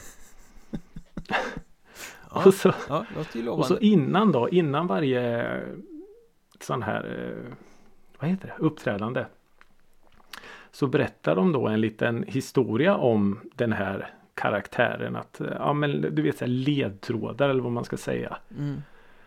Ja, och, så, ja, låter ju och lovande. så innan då, innan varje sån här, eh, vad heter det, uppträdande, så berättar de då en liten historia om den här karaktären. Att, ja men du vet så här ledtrådar eller vad man ska säga. Mm.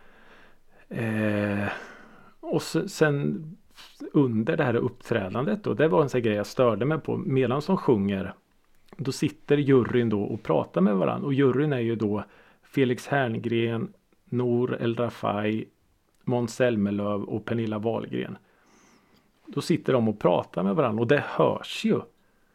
Eh, och så, sen under det här uppträdandet då, det var en sån grej jag störde mig på. Medan som sjunger, då sitter juryn då och pratar med varandra. Och juryn är ju då Felix Herngren, Nour El Rafai, Måns Zelmerlöw och Pernilla Wahlgren. Då sitter de och pratar med varandra och det hörs ju.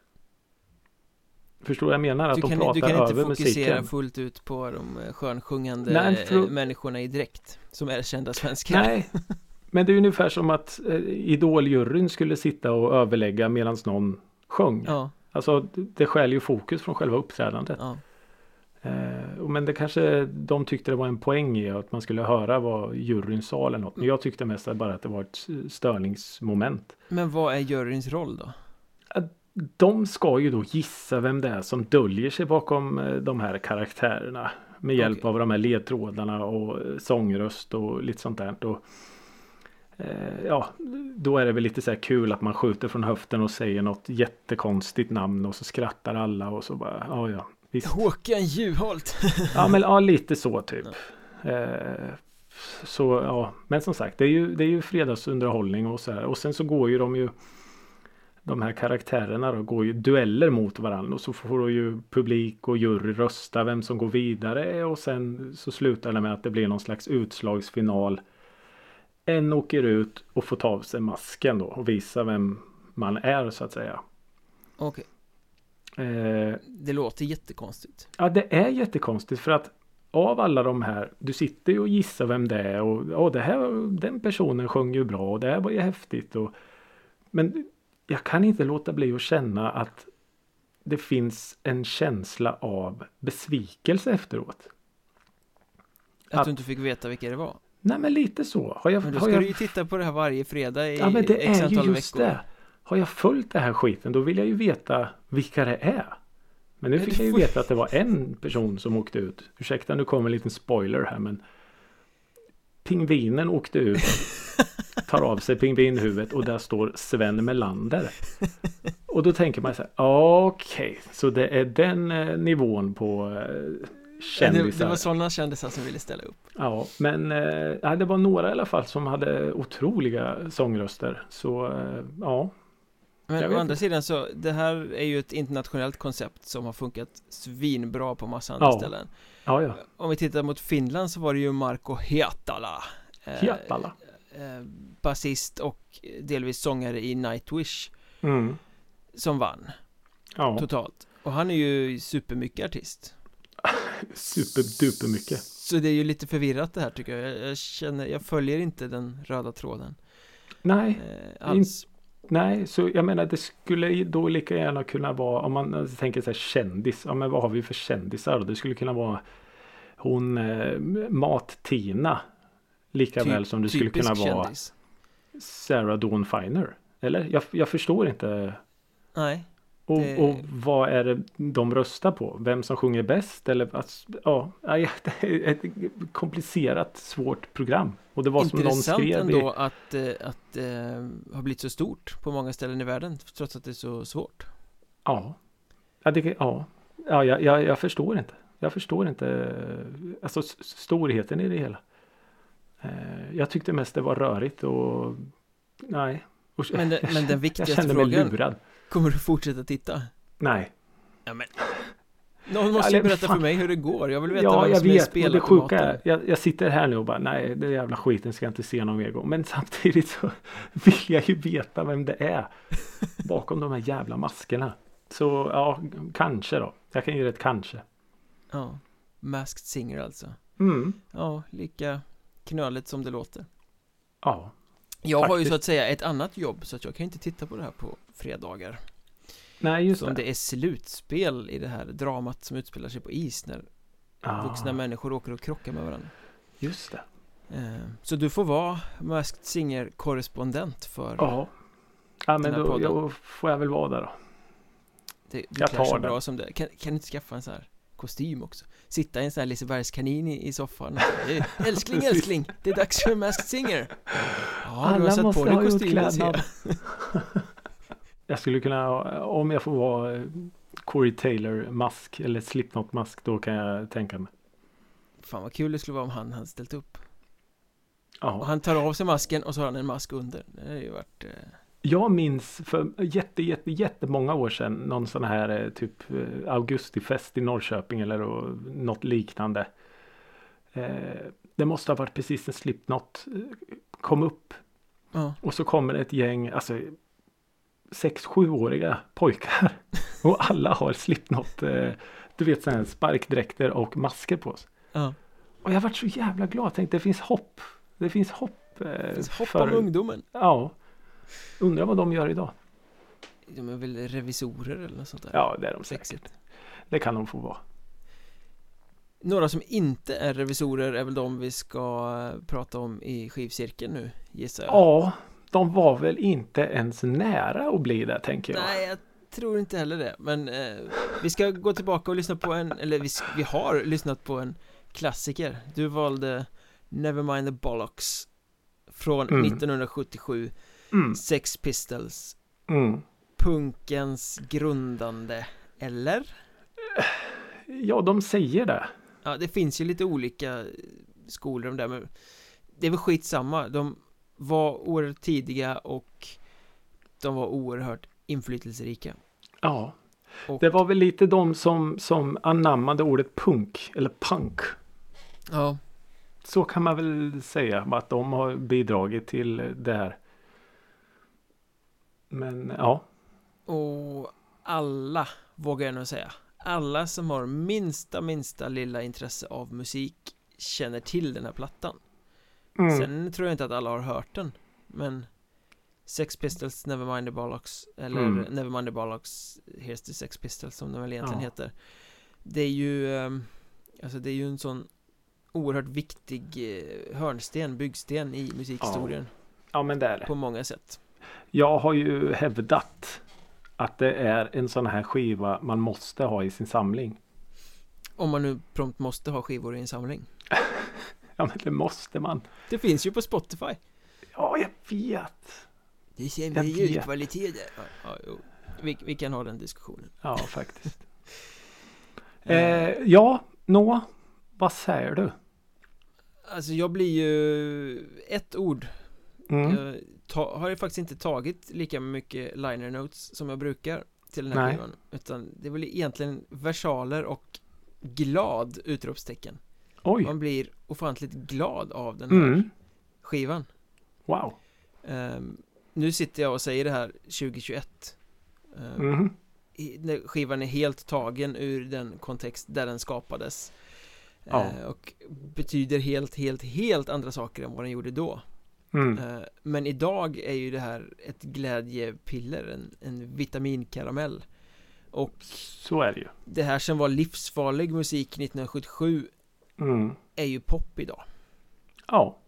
Förstår jag menar? Att Du de kan, pratar du kan inte över fokusera musiken. fullt ut på de skönsjungande Nej, för- människorna i dräkt som är kända svenskar. Nej, men det är ungefär som att eh, Idoljuryn skulle sitta och överlägga medan någon sjöng. Ja, Alltså det skäl ju fokus från själva uppträdandet. ja. Eh, och men det kanske de tyckte det var en poäng i att man skulle höra vad juryn sa eller något. Men jag tyckte mest bara att det var ett störningsmoment. Men vad är juryns roll då? De ska ju då gissa vem det är som döljer sig bakom eh, de här karaktärerna. Med hjälp Okej. av de här ledtrådarna och eh, sångröst och lite sånt där. Och, eh, ja, då är det väl lite så här kul att man skjuter från höften och säger något jättekonstigt namn och så skrattar alla och så bara, ja ja. Visst. Håkan Juholt. Ja men ja, lite så typ. Eh, så ja, men som sagt det är ju, det är ju fredagsunderhållning och så här. Och sen så går ju de ju de här karaktärerna då går ju dueller mot varandra och så får ju publik och jury rösta vem som går vidare och sen så slutar det med att det blir någon slags utslagsfinal. En åker ut och får ta av sig masken då och visa vem man är så att säga. Okej, Eh, det låter jättekonstigt. Ja, det är jättekonstigt för att av alla de här, du sitter ju och gissar vem det är och ja, det här, den personen sjöng ju bra och det här var ju häftigt. Och, men jag kan inte låta bli att känna att det finns en känsla av besvikelse efteråt. Att, Att- du inte fick veta vilka det var. Nej, men lite så. Har jag, Men då har ska jag, du ju titta på det här varje fredag i ja, men det x är antal ju just veckor. det. Har jag följt det här skiten, då vill jag ju veta vilka det är. Men nu Men fick du jag ju får- veta att det var en person som åkte ut. Ursäkta, nu kommer en liten spoiler här, men pingvinen åkte ut, tar av sig pingvinhuvudet och där står Sven Melander. Och då tänker man så här, okej, okay, så det är den eh, nivån på eh, kändisar. Det, det var sådana kändisar som ville ställa upp. Ja, men eh, det var några i alla fall som hade otroliga sångröster. Så eh, ja. Jag Men vet å andra inte. sidan så, det här är ju ett internationellt koncept som har funkat svinbra på massa andra Ja. ställen. Ja, ja. Om vi tittar mot Finland så var det ju Marco Hietala. eh, Hietala. eh, Basist och delvis sångare i Nightwish Mm. som vann Ja, totalt. Och han är ju supermycket artist. superduper mycket. Så det är ju lite förvirrat det här tycker jag. Jag, jag känner, jag följer inte den röda tråden Nej, eh, alls. nej, så jag menar det skulle då lika gärna kunna vara, om man tänker så här kändis, ja men vad har vi för kändisar då? Det skulle kunna vara hon eh, Mat-Tina lika Ty- väl som det skulle typisk kunna vara kändis. Sarah Dawn Finer. Eller? Jag, jag förstår inte. Nej, Och, Det- och vad är det de röstar på? Vem som sjunger bäst? Eller att, ja, nej, det är ett komplicerat, svårt program. Och det var som någon intressant skrev ändå i, att, eh, att eh, ha blivit så stort på många ställen i världen trots att det är så svårt. ja. Ja, det, ja. ja jag, jag, jag förstår inte. Jag förstår inte alltså s- storheten i det hela. Eh, Jag tyckte mest det var rörigt och nej. Och, Men, det, men den jag viktigaste kände mig frågan, lurad. kommer du fortsätta titta? Nej. Ja, men någon måste ju Eller, berätta fan. för mig hur det går. Jag vill veta Ja, vem jag som är vet. Och det spelautomaten. sjuka är, jag, jag sitter här nu och bara, nej, det jävla skiten ska jag inte se någon mer gång. Men samtidigt så vill jag ju veta vem det är bakom de här jävla maskerna. Så ja, kanske då. Jag kan ge det ett kanske. Ja, Masked Singer alltså. Mm. Ja, lika knöligt som det låter. Ja. Jag har ju Faktiskt. så att säga ett annat jobb så att jag kan inte titta på det här på fredagar. Nej, just Så om det. det är slutspel i det här dramat som utspelar sig på is när Ja, vuxna människor åker och krockar med varandra. just det. Eh, Så du får vara Masked Singer-korrespondent för Ja. Ja, men Den här då, podden. då får jag väl vara där då. det. Du jag klär så tar bra den. som det. Kan, kan du inte skaffa en sån här kostym också? Sitta i en sån här Lisebergskanin i, i soffan och säga, "Eh, älskling, Precis. älskling, det är dags för Masked Singer." Ja, du har Alla satt måste på dig ha gjort kostymen ser jag. klädnad. Jag skulle kunna, om jag får vara eh, Corey Taylor-mask eller Slipknot-mask, då kan jag tänka mig. Fan vad kul det skulle vara om han hade ställt upp. Ja. Och han tar av sig masken och så har han en mask under. Det har ju varit... Eh... Jag minns för jätte, jätte, jättemånga år sedan någon sån här eh, typ eh, augustifest i Norrköping eller och, något liknande. Eh, det måste ha varit precis när Slipknot eh, kom upp. Ja. Och så kommer ett gäng, alltså sex, sjuåriga pojkar. Och alla har Slipknot, eh, du vet sådana här sparkdräkter och masker på sig. Ja. Och jag varit så jävla glad. Jag tänkte det finns hopp. Det finns hopp. Eh, Det finns hopp för... om ungdomen. Ja. Undrar vad de gör idag. De är väl revisorer eller något sånt där. Ja, det är de Sexigt. säkert. Det kan de få vara. Några som inte är revisorer är väl de vi ska prata om i skivcirkeln nu, gissar jag. Ja, de var väl inte ens nära att bli det, tänker jag. Nej, jag tror inte heller det. Men eh, vi ska gå tillbaka och lyssna på en, eller vi, vi har lyssnat på en klassiker. Du valde Nevermind the Bollocks från Mm. nittonhundrasjuttiosju. Mm. Sex Pistols. Mm. Punkens grundande, eller? Ja, de säger det. Ja, det finns ju lite olika skolor om det, men det är väl skitsamma. De var oerhört tidiga och de var oerhört inflytelserika. Ja. Och, Det var väl lite de som, som anammade ordet punk eller punk. ja, Så kan man väl säga att de har bidragit till det här. Men ja. och alla, vågar jag nog säga, alla som har minsta, minsta lilla intresse av musik känner till den här plattan. Mm. Sen tror jag inte att alla har hört den, men Sex Pistols, Nevermind the Bollocks, eller Mm. Nevermind the Bollocks, Here's the Sex Pistols som den väl egentligen Ja. heter. Det är ju ehm, alltså det är ju en sån oerhört viktig eh, hörnsten, byggsten i musikhistorien Ja, men det är det. på många sätt. Jag har ju hävdat att det är en sån här skiva man måste ha i sin samling. Om man nu prompt måste ha skivor i en samling. Ja, men det måste man. Det finns ju på Spotify. Ja, jag vet. Det Jag känner vet. ljudkvalitet där. Ja, ja, jo. Vi, vi kan ha den diskussionen. Ja, faktiskt. eh, ja, Noah, vad säger du? Alltså jag blir ju ett ord. Mm. Jag ta, har ju faktiskt inte tagit lika mycket liner notes som jag brukar till den här Nej. skivan, utan det är väl egentligen versaler och glad utropstecken. Oj. Man blir ofantligt glad av den här Mm. skivan. Wow. Ehm, nu sitter jag och säger det här tjugohundratjugoett. Ehm, Mm. i- när skivan är helt tagen ur den kontext där den skapades. Ja. Ehm, och betyder helt, helt, helt andra saker än vad den gjorde då. Mm. Eh, Men idag är ju det här ett glädjepiller, en, en vitaminkaramell. Och Så är det ju. det här som var livsfarlig musik nittonhundrasjuttiosju Mm. är ju pop idag. Ja.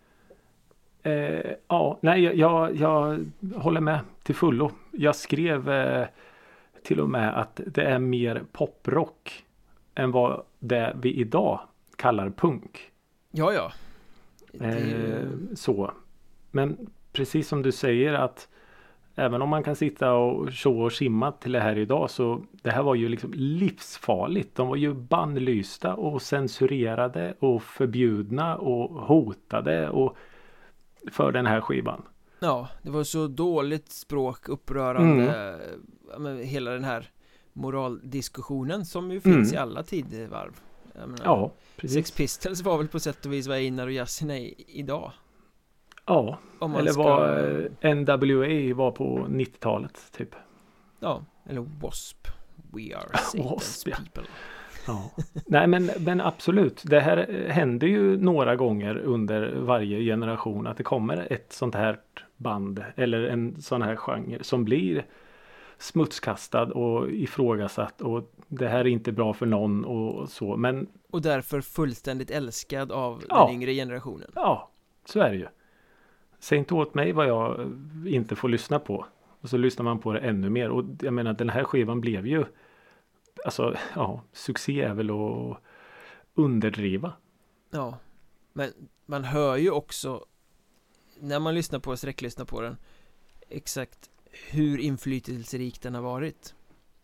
Eh, ja, nej, jag, jag, jag håller med till fullo. Jag skrev eh, till och med att det är mer poprock än vad det vi idag kallar punk. Ja, ja. Det är ju- Eh, så. Men precis som du säger att även om man kan sitta och tjo och simma till det här idag, så det här var ju liksom livsfarligt. De var ju bannlysta och censurerade och förbjudna och hotade och för den här skivan. Ja, det var så dåligt språk, upprörande. Ja, men hela den här moraldiskussionen som ju finns Mm. i alla tidevarv. Jag menar, Ja, precis. Sex Pistols var väl på sätt och vis vad Einar och Yasin är idag. Ja, Om man eller ska... vad eh, N W A var på nittiotalet typ. Ja, eller W A S P. We are Satan's W A S P, ja. people. Ja. Nej, men, men absolut. Det här händer ju några gånger under varje generation att det kommer ett sånt här band eller en sån här genre som blir smutskastad och ifrågasatt och det här är inte bra för någon och så. Men Och därför fullständigt älskad av Ja. den yngre generationen. ja, så är det ju. Säg inte åt mig vad jag inte får lyssna på. Och så lyssnar man på det ännu mer. Och jag menar, den här skivan blev ju alltså, ja, succé är väl att underdriva. Ja, men man hör ju också när man lyssnar på, sträcklyssnar på den, exakt hur inflytelserik den har varit.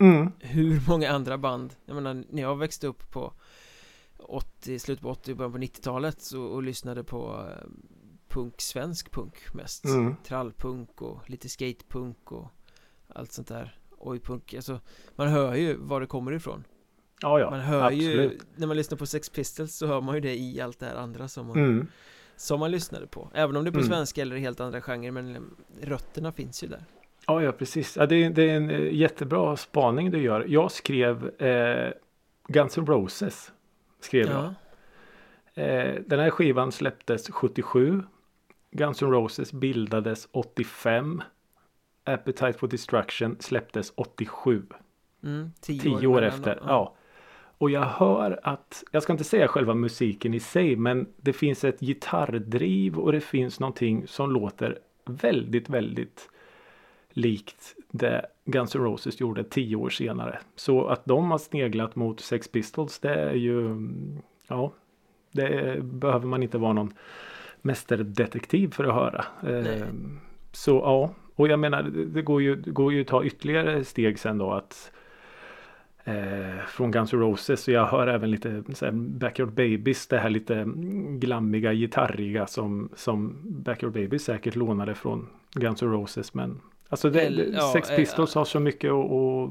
Mm. Hur många andra band, jag menar när jag växte upp på åttio, slut på åttio, början på nittiotalet så, och lyssnade på eh, punk, svensk punk mest, Mm. trallpunk och lite skatepunk och allt sånt där, oj-punk, alltså man hör ju var det kommer ifrån. Ja, ja, Man hör absolut. ju, när man lyssnar på Sex Pistols så hör man ju det i allt det här andra som man, Mm. som man lyssnade på, även om det är på Mm. svenska eller helt andra genrer, men rötterna finns ju där. Ja, ja, precis. Ja, det, är, det är en eh, jättebra spaning du gör. Jag skrev eh, Guns N' Roses. Skrev Ja, jag. Eh, den här skivan släpptes sjuttiosju. Guns N' Roses bildades åttiofem. Appetite for Destruction släpptes åttiosju. mm, tio, Tio år mellan, efter. Ja. Och jag hör att, jag ska inte säga själva musiken i sig, men det finns ett gitarrdriv och det finns någonting som låter väldigt, väldigt likt det Guns N' Roses gjorde tio år senare. Så att de har sneglat mot Sex Pistols, det är ju, ja, det behöver man inte vara någon mästerdetektiv för att höra. Nej. Eh, så ja, och jag menar, det, det går ju, det går ju att ta ytterligare steg sen då att Eh, från Guns N' Roses, så jag hör även lite så här, Backyard Babies, det här lite glammiga, gitarriga som, som Backyard Babies säkert lånade från Guns N' Roses, men alltså det, Eller, det, ja, Sex eh, Pistols har så mycket och, och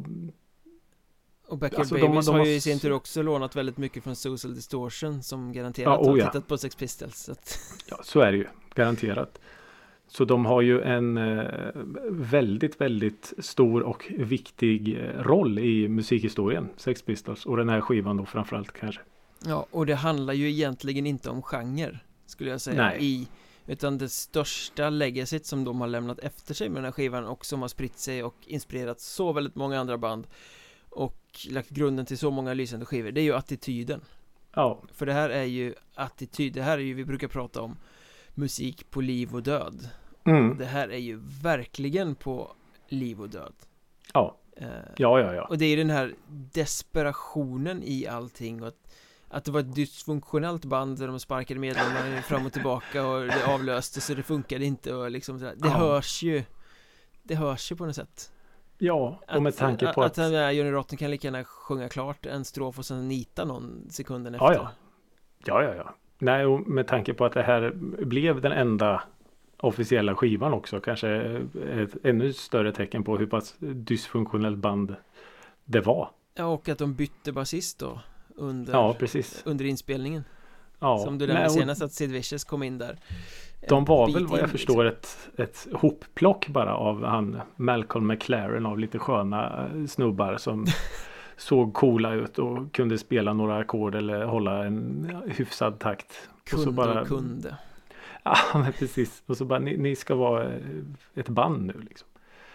Och Backyard Alltså, de- Babies de har har ju i s- sin tur också lånat väldigt mycket från Social Distortion, som garanterat Ja, oh har ja. tittat på Sex Pistols, så att, ja, så är det ju, garanterat. Så de har ju en eh, väldigt, väldigt stor och viktig eh, roll i musikhistorien, Sex Pistols, och den här skivan då framförallt kanske. ja, och det handlar ju egentligen inte om genre, skulle jag säga, Nej. i, utan det största legacyt som de har lämnat efter sig med den här skivan och som har spritt sig och inspirerat så väldigt många andra band och lagt grunden till så många lysande skivor, det är ju attityden. Ja, För det här är ju attityd, det här är ju, vi brukar prata om musik på liv och död. mm. Det här är ju verkligen på liv och död. ja, Eh, ja, ja, ja. Och det är ju den här desperationen i allting och att, att det var ett dysfunktionellt band där de sparkade medlemmar fram och tillbaka och det avlöste så det funkade inte och liksom sådär. Det Ja. hörs ju, det hörs ju på något sätt. Ja, och med Att- tanke på att, att, att den där Johnny Rotten kan lika gärna sjunga klart en strof och sen nita någon sekunden Ja, efter. ja. Ja, ja, ja. Nej, och med tanke på att det här blev den enda officiella skivan också, kanske ett ännu större tecken på hur pass dysfunktionellt band det var. Ja, och att de bytte basist då under, Ja, precis. under inspelningen. Ja. Som du nämnde Nej, och senast att Sid Vicious kom in där. de En var bit väl vad jag in, förstår ett, ett hopplock bara av han Malcolm McLaren, av lite sköna snubbar som såg coola ut och kunde spela några ackord eller hålla en hyfsad takt. Kunde och så bara, och kunde. Ja, men precis. Och så bara, ni, ni ska vara ett band nu liksom.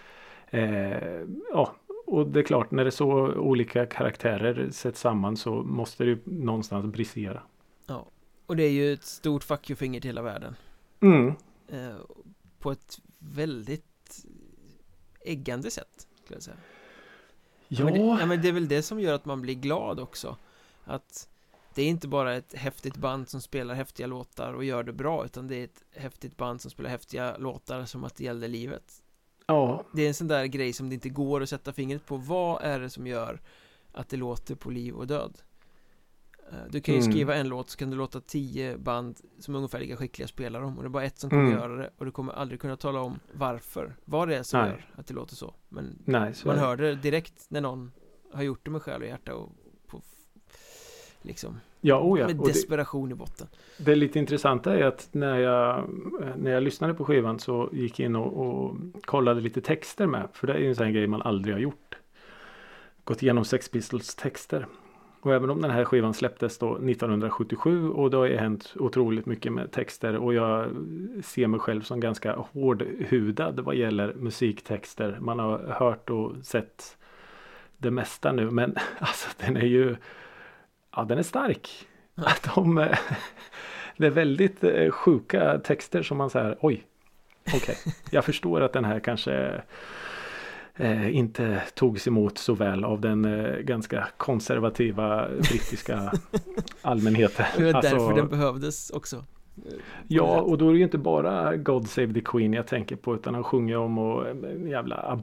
Eh, ja, och det är klart, när det är så olika karaktärer sätts samman så måste det ju någonstans brisera. Ja. Och det är ju ett stort fuck you-finger till hela världen. Mm. Eh, på ett väldigt äggande sätt, skulle jag säga. Ja, Men det, ja, men det är väl det som gör att man blir glad också. Att det är inte bara ett häftigt band som spelar häftiga låtar och gör det bra, utan det är ett häftigt band som spelar häftiga låtar som att det gällde livet. ja, Det är en sån där grej som det inte går att sätta fingret på. Vad är det som gör att det låter på liv och död? Eh, Du kan ju Mm. skriva en låt, så kan du låta tio band som är ungefär lika skickliga spela dem, och det är bara ett som kommer Mm. göra det, och du kommer aldrig kunna tala om varför, vad det är som Nej. gör att det låter så. Men nej, så man är det. hör det direkt när någon har gjort det med själ och hjärta och på f- liksom Ja, oh ja. med Och det, desperation i botten. det är lite intressanta är att när jag, när jag lyssnade på skivan så gick jag in och, och kollade lite texter med. För det är ju en sån här grej man aldrig har gjort. Gått igenom Sex Pistols texter. Och även om den här skivan släpptes då nittonhundrasjuttiosju och det har ju hänt otroligt mycket med texter, och jag ser mig själv som ganska hårdhudad vad gäller musiktexter. Man har hört och sett det mesta nu, men alltså den är ju, ja, den är stark. Att de, eh, det är väldigt eh, sjuka texter som man säger, oj, okej, jag förstår att den här kanske eh, inte togs emot så väl av den eh, ganska konservativa brittiska allmänheten. Det var Alltså, därför den behövdes också. ja, och då är det ju inte bara God Save the Queen jag tänker på, utan han sjunger om och, en jävla abort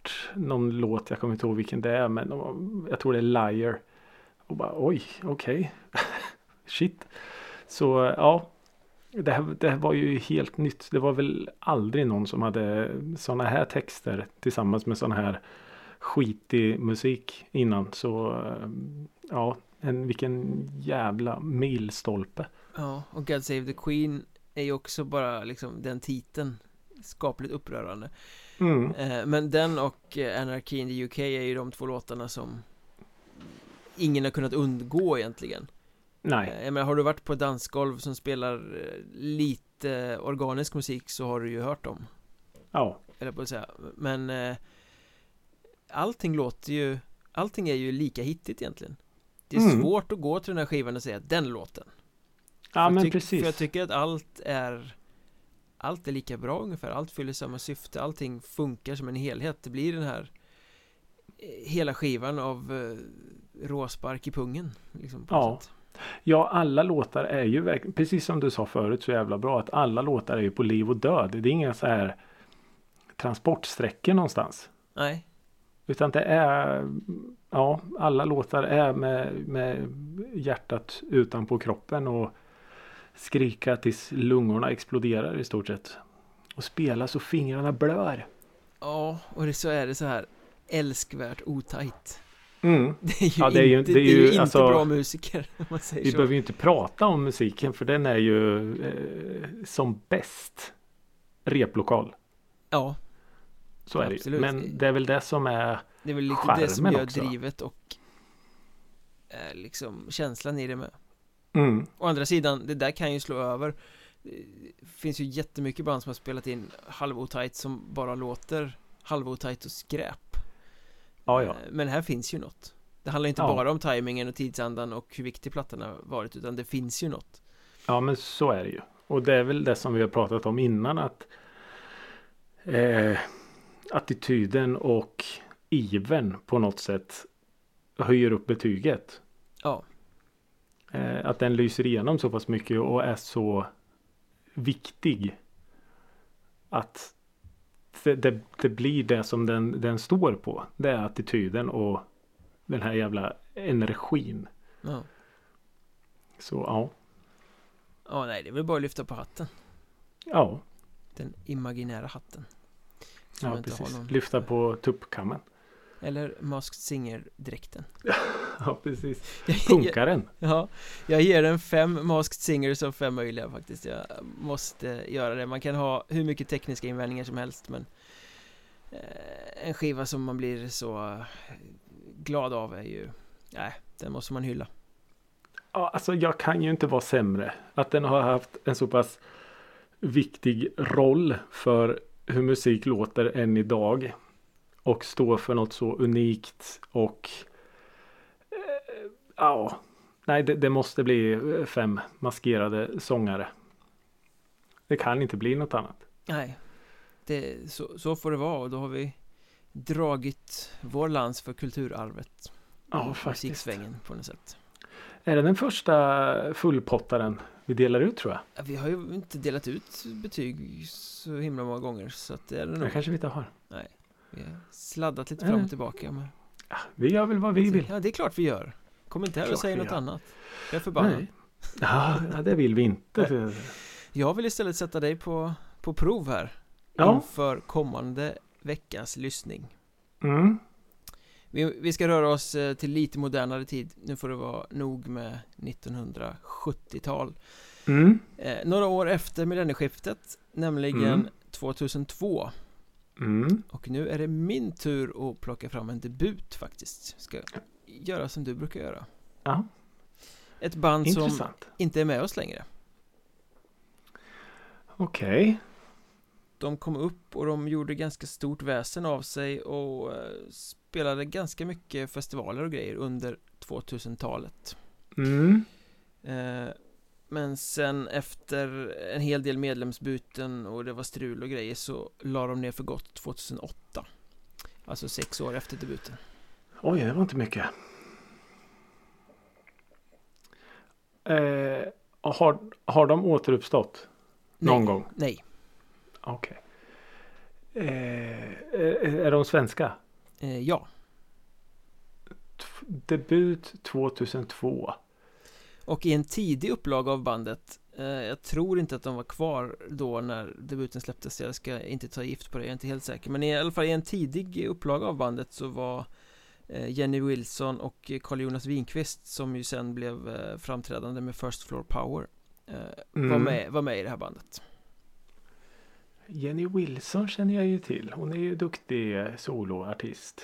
hört någon låt, jag kommer inte ihåg vilken det är, men jag tror det är Liar. Och bara oj, okej. Okay. Shit. Så ja, det här, det här var ju helt nytt. Det var väl aldrig någon som hade såna här texter tillsammans med sån här skitig musik innan. Så ja, en, vilken jävla milstolpe. Ja, och God Save the Queen är ju också bara liksom den titeln skapligt upprörande. Mm. eh, Men den och eh, Anarchy in the U K är ju de två låtarna som ingen har kunnat undgå egentligen. Nej. eh, Jag menar, har du varit på dansgolv som spelar eh, lite organisk musik så har du ju hört dem. Ja. Eller på att säga. Men eh, allting låter ju, allting är ju lika hittigt egentligen. Det är Mm. svårt att gå till den här skivan och säga den låten. Ja, För men jag tyck- precis. För jag tycker att allt är allt är lika bra ungefär. Allt fyller samma syfte. Allting funkar som en helhet. Det blir den här eh, hela skivan av eh, råspark i pungen. Liksom, på Ja. något sätt. Ja, alla låtar är ju verkligen, precis som du sa förut så jävla bra, att alla låtar är ju på liv och död. Det är inga så här transportsträckor någonstans. Nej. Utan det är, ja, alla låtar är med, med hjärtat utanpå kroppen och skrika tills lungorna exploderar i stort sett. Och spela så fingrarna blör. Ja, och det, så är det så här älskvärt otajt. Mm. Det är ju Ja, det är ju- inte, det är det är ju ju, inte alltså- bra musiker om man säger Vi så. behöver ju inte prata om musiken för den är ju eh, som bäst replokal. Ja, Så är det ju. Absolut. Men det är väl det som är det är väl lite Charmen det som gör också. drivet och eh, liksom känslan i det med. mm, Å andra sidan, det där kan ju slå över. Det finns ju jättemycket band som har spelat in halvotajt som bara låter halvotajt och skräp. ja, ja. Eh, Men här finns ju något. Det handlar inte Ja. bara om timingen och tidsandan och hur viktig plattan har varit, utan det finns ju något. Ja, men så är det ju. Och det är väl det som vi har pratat om innan, att eh, attityden och ivern på något sätt höjer upp betyget. Ja, Eh, att den lyser igenom så pass mycket och är så viktig att det, det, det blir det som den, den står på. Det är attityden och den här jävla energin. ja. Så ja. Ja, nej, det är väl bara att lyfta på hatten. Ja, Den imaginära hatten. Som ja inte har precis. någon. Lyfta på tuppkammen. Eller Masked Singer-dräkten. Ja, precis. Punkaren. Ja, jag ger den fem Masked Singers av fem möjliga faktiskt. Jag måste göra det. Man kan ha hur mycket tekniska invändningar som helst, men eh, en skiva som man blir så eh, glad av är ju, nej, den måste man hylla. Ja, alltså jag kan ju inte vara sämre. Att den har haft en så pass viktig roll för hur musik låter än idag. Och står för något så unikt och eh, ja, nej det, det måste bli fem maskerade sångare. Det kan inte bli något annat. Nej, det, så, så får det vara, och då har vi dragit vår lans för kulturarvet. Ja, och faktiskt. musiksvängen på något sätt. Är det den första fullpottaren vi delar ut, tror jag? Ja, vi har ju inte delat ut betyg så himla många gånger, så att det är det Det nog. kanske vi inte har. Vi har sladdat lite Är fram det? och tillbaka. Men... Ja, vi gör väl vad vi vill. Ja, det är klart vi gör. Kom inte här och Klart säg vi något gör. annat. Jag är förbannad. Nej. Ja, ja, det vill vi inte. Jag vill istället sätta dig på, på prov här. Ja. Inför kommande veckas lyssning. Mm. Vi, vi ska röra oss eh, till lite modernare tid. Nu får det vara nog med nittonhundrasjuttiotal. Mm. Eh, några år efter millennieskiftet, nämligen Mm. tvåtusentvå. Mm. Och nu är det min tur att plocka fram en debut faktiskt. Ska göra som du brukar göra. Ja, Ett band som intressant. inte är med oss längre. Okej. De kom upp och de gjorde ganska stort väsen av sig och eh, spelade ganska mycket festivaler och grejer under tvåtusentalet. Mm. Eh, men sen efter en hel del medlemsbyten och det var strul och grejer så la de ner för gott tvåtusenåtta. Alltså sex år efter debuten. Oj, det var inte mycket. Eh, har, har de återuppstått någon Nej, gång? Nej. Okej. Eh, är, är de svenska? Eh, ja. T- debut tjugohundratvå. Och i en tidig upplaga av bandet, eh, jag tror inte att de var kvar då när debuten släpptes, jag ska inte ta gift på det, jag är inte helt säker. Men i alla fall i en tidig upplaga av bandet så var eh, Jenny Wilson och Carl Jonas Winqvist, som ju sen blev eh, framträdande med First Floor Power, eh, Mm. var, med, var med i det här bandet. Jenny Wilson känner jag ju till. Hon är ju duktig soloartist.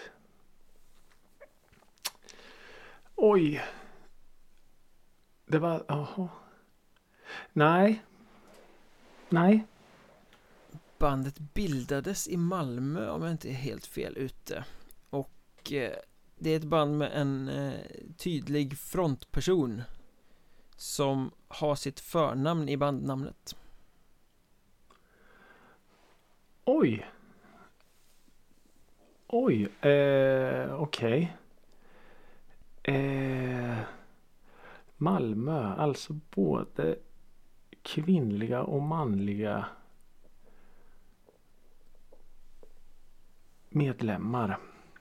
Oj. Det var... Jaha. Nej. Nej. Bandet bildades i Malmö om jag inte är helt fel ute. Och eh, det är ett band med en eh, tydlig frontperson som har sitt förnamn i bandnamnet. Oj. Oj. Eh, Okej. Eh, Malmö. Alltså både kvinnliga och manliga medlemmar.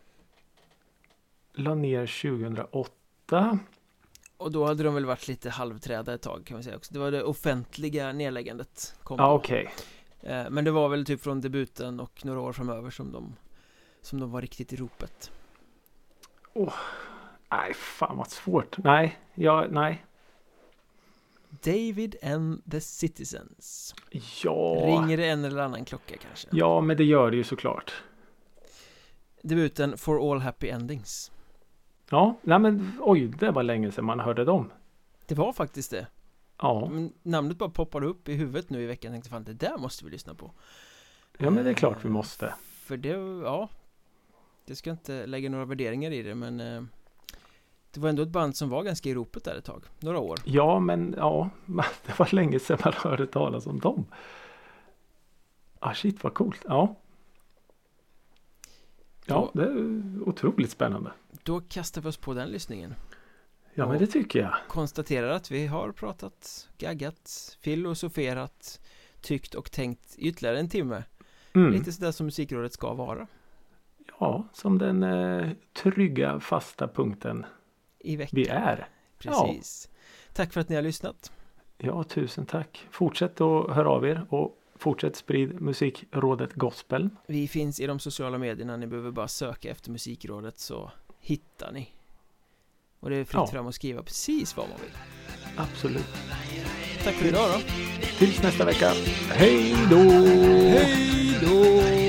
La ner tjugohundraåtta. Och då hade de väl varit lite halvträda ett tag kan man säga också. Det var det offentliga nedläggandet kom Ja, då. okej. Eh, Men det var väl typ från debuten och några år framöver som de, som de var riktigt i ropet. Nej, fan vad svårt. Nej, ja, nej. David and the Citizens. Ja. Ringer det en eller annan klocka kanske? Ja, men det gör det ju såklart. Debuten For All Happy Endings. Ja, nej men oj, det var länge sedan man hörde dem. Det var faktiskt det. Ja, Men namnet bara poppade upp i huvudet nu i veckan. Jag tänkte fan, det där måste vi lyssna på. ja men det är klart vi måste. För det, ja, jag ska inte lägga några värderingar i det, men eh, det var ändå ett band som var ganska i ropet där ett tag, några år. Ja, men ja, det var länge sedan man hörde talas om dem. Ah, shit, vad coolt. Ja. Ja, det är otroligt spännande. Då kastar vi oss på den lyssningen. Ja, men det tycker jag. Konstaterar att vi har pratat, gaggat, filosoferat, tyckt och tänkt i ytterligare en timme. Mm. Lite sådär som musikrådet ska vara Ja, som den eh, trygga, fasta punkten i veckan. vi är. Precis. Tack för att ni har lyssnat. Ja, tusen tack. Fortsätt att höra av er och fortsätt sprid musikrådet gospel. Vi finns i de sociala medierna. Ni behöver bara söka efter musikrådet så hittar ni. Och det är fritt Ja. fram att skriva precis vad man vill. Absolut. Tack för idag då. Tills nästa vecka. Hej då! Hej då!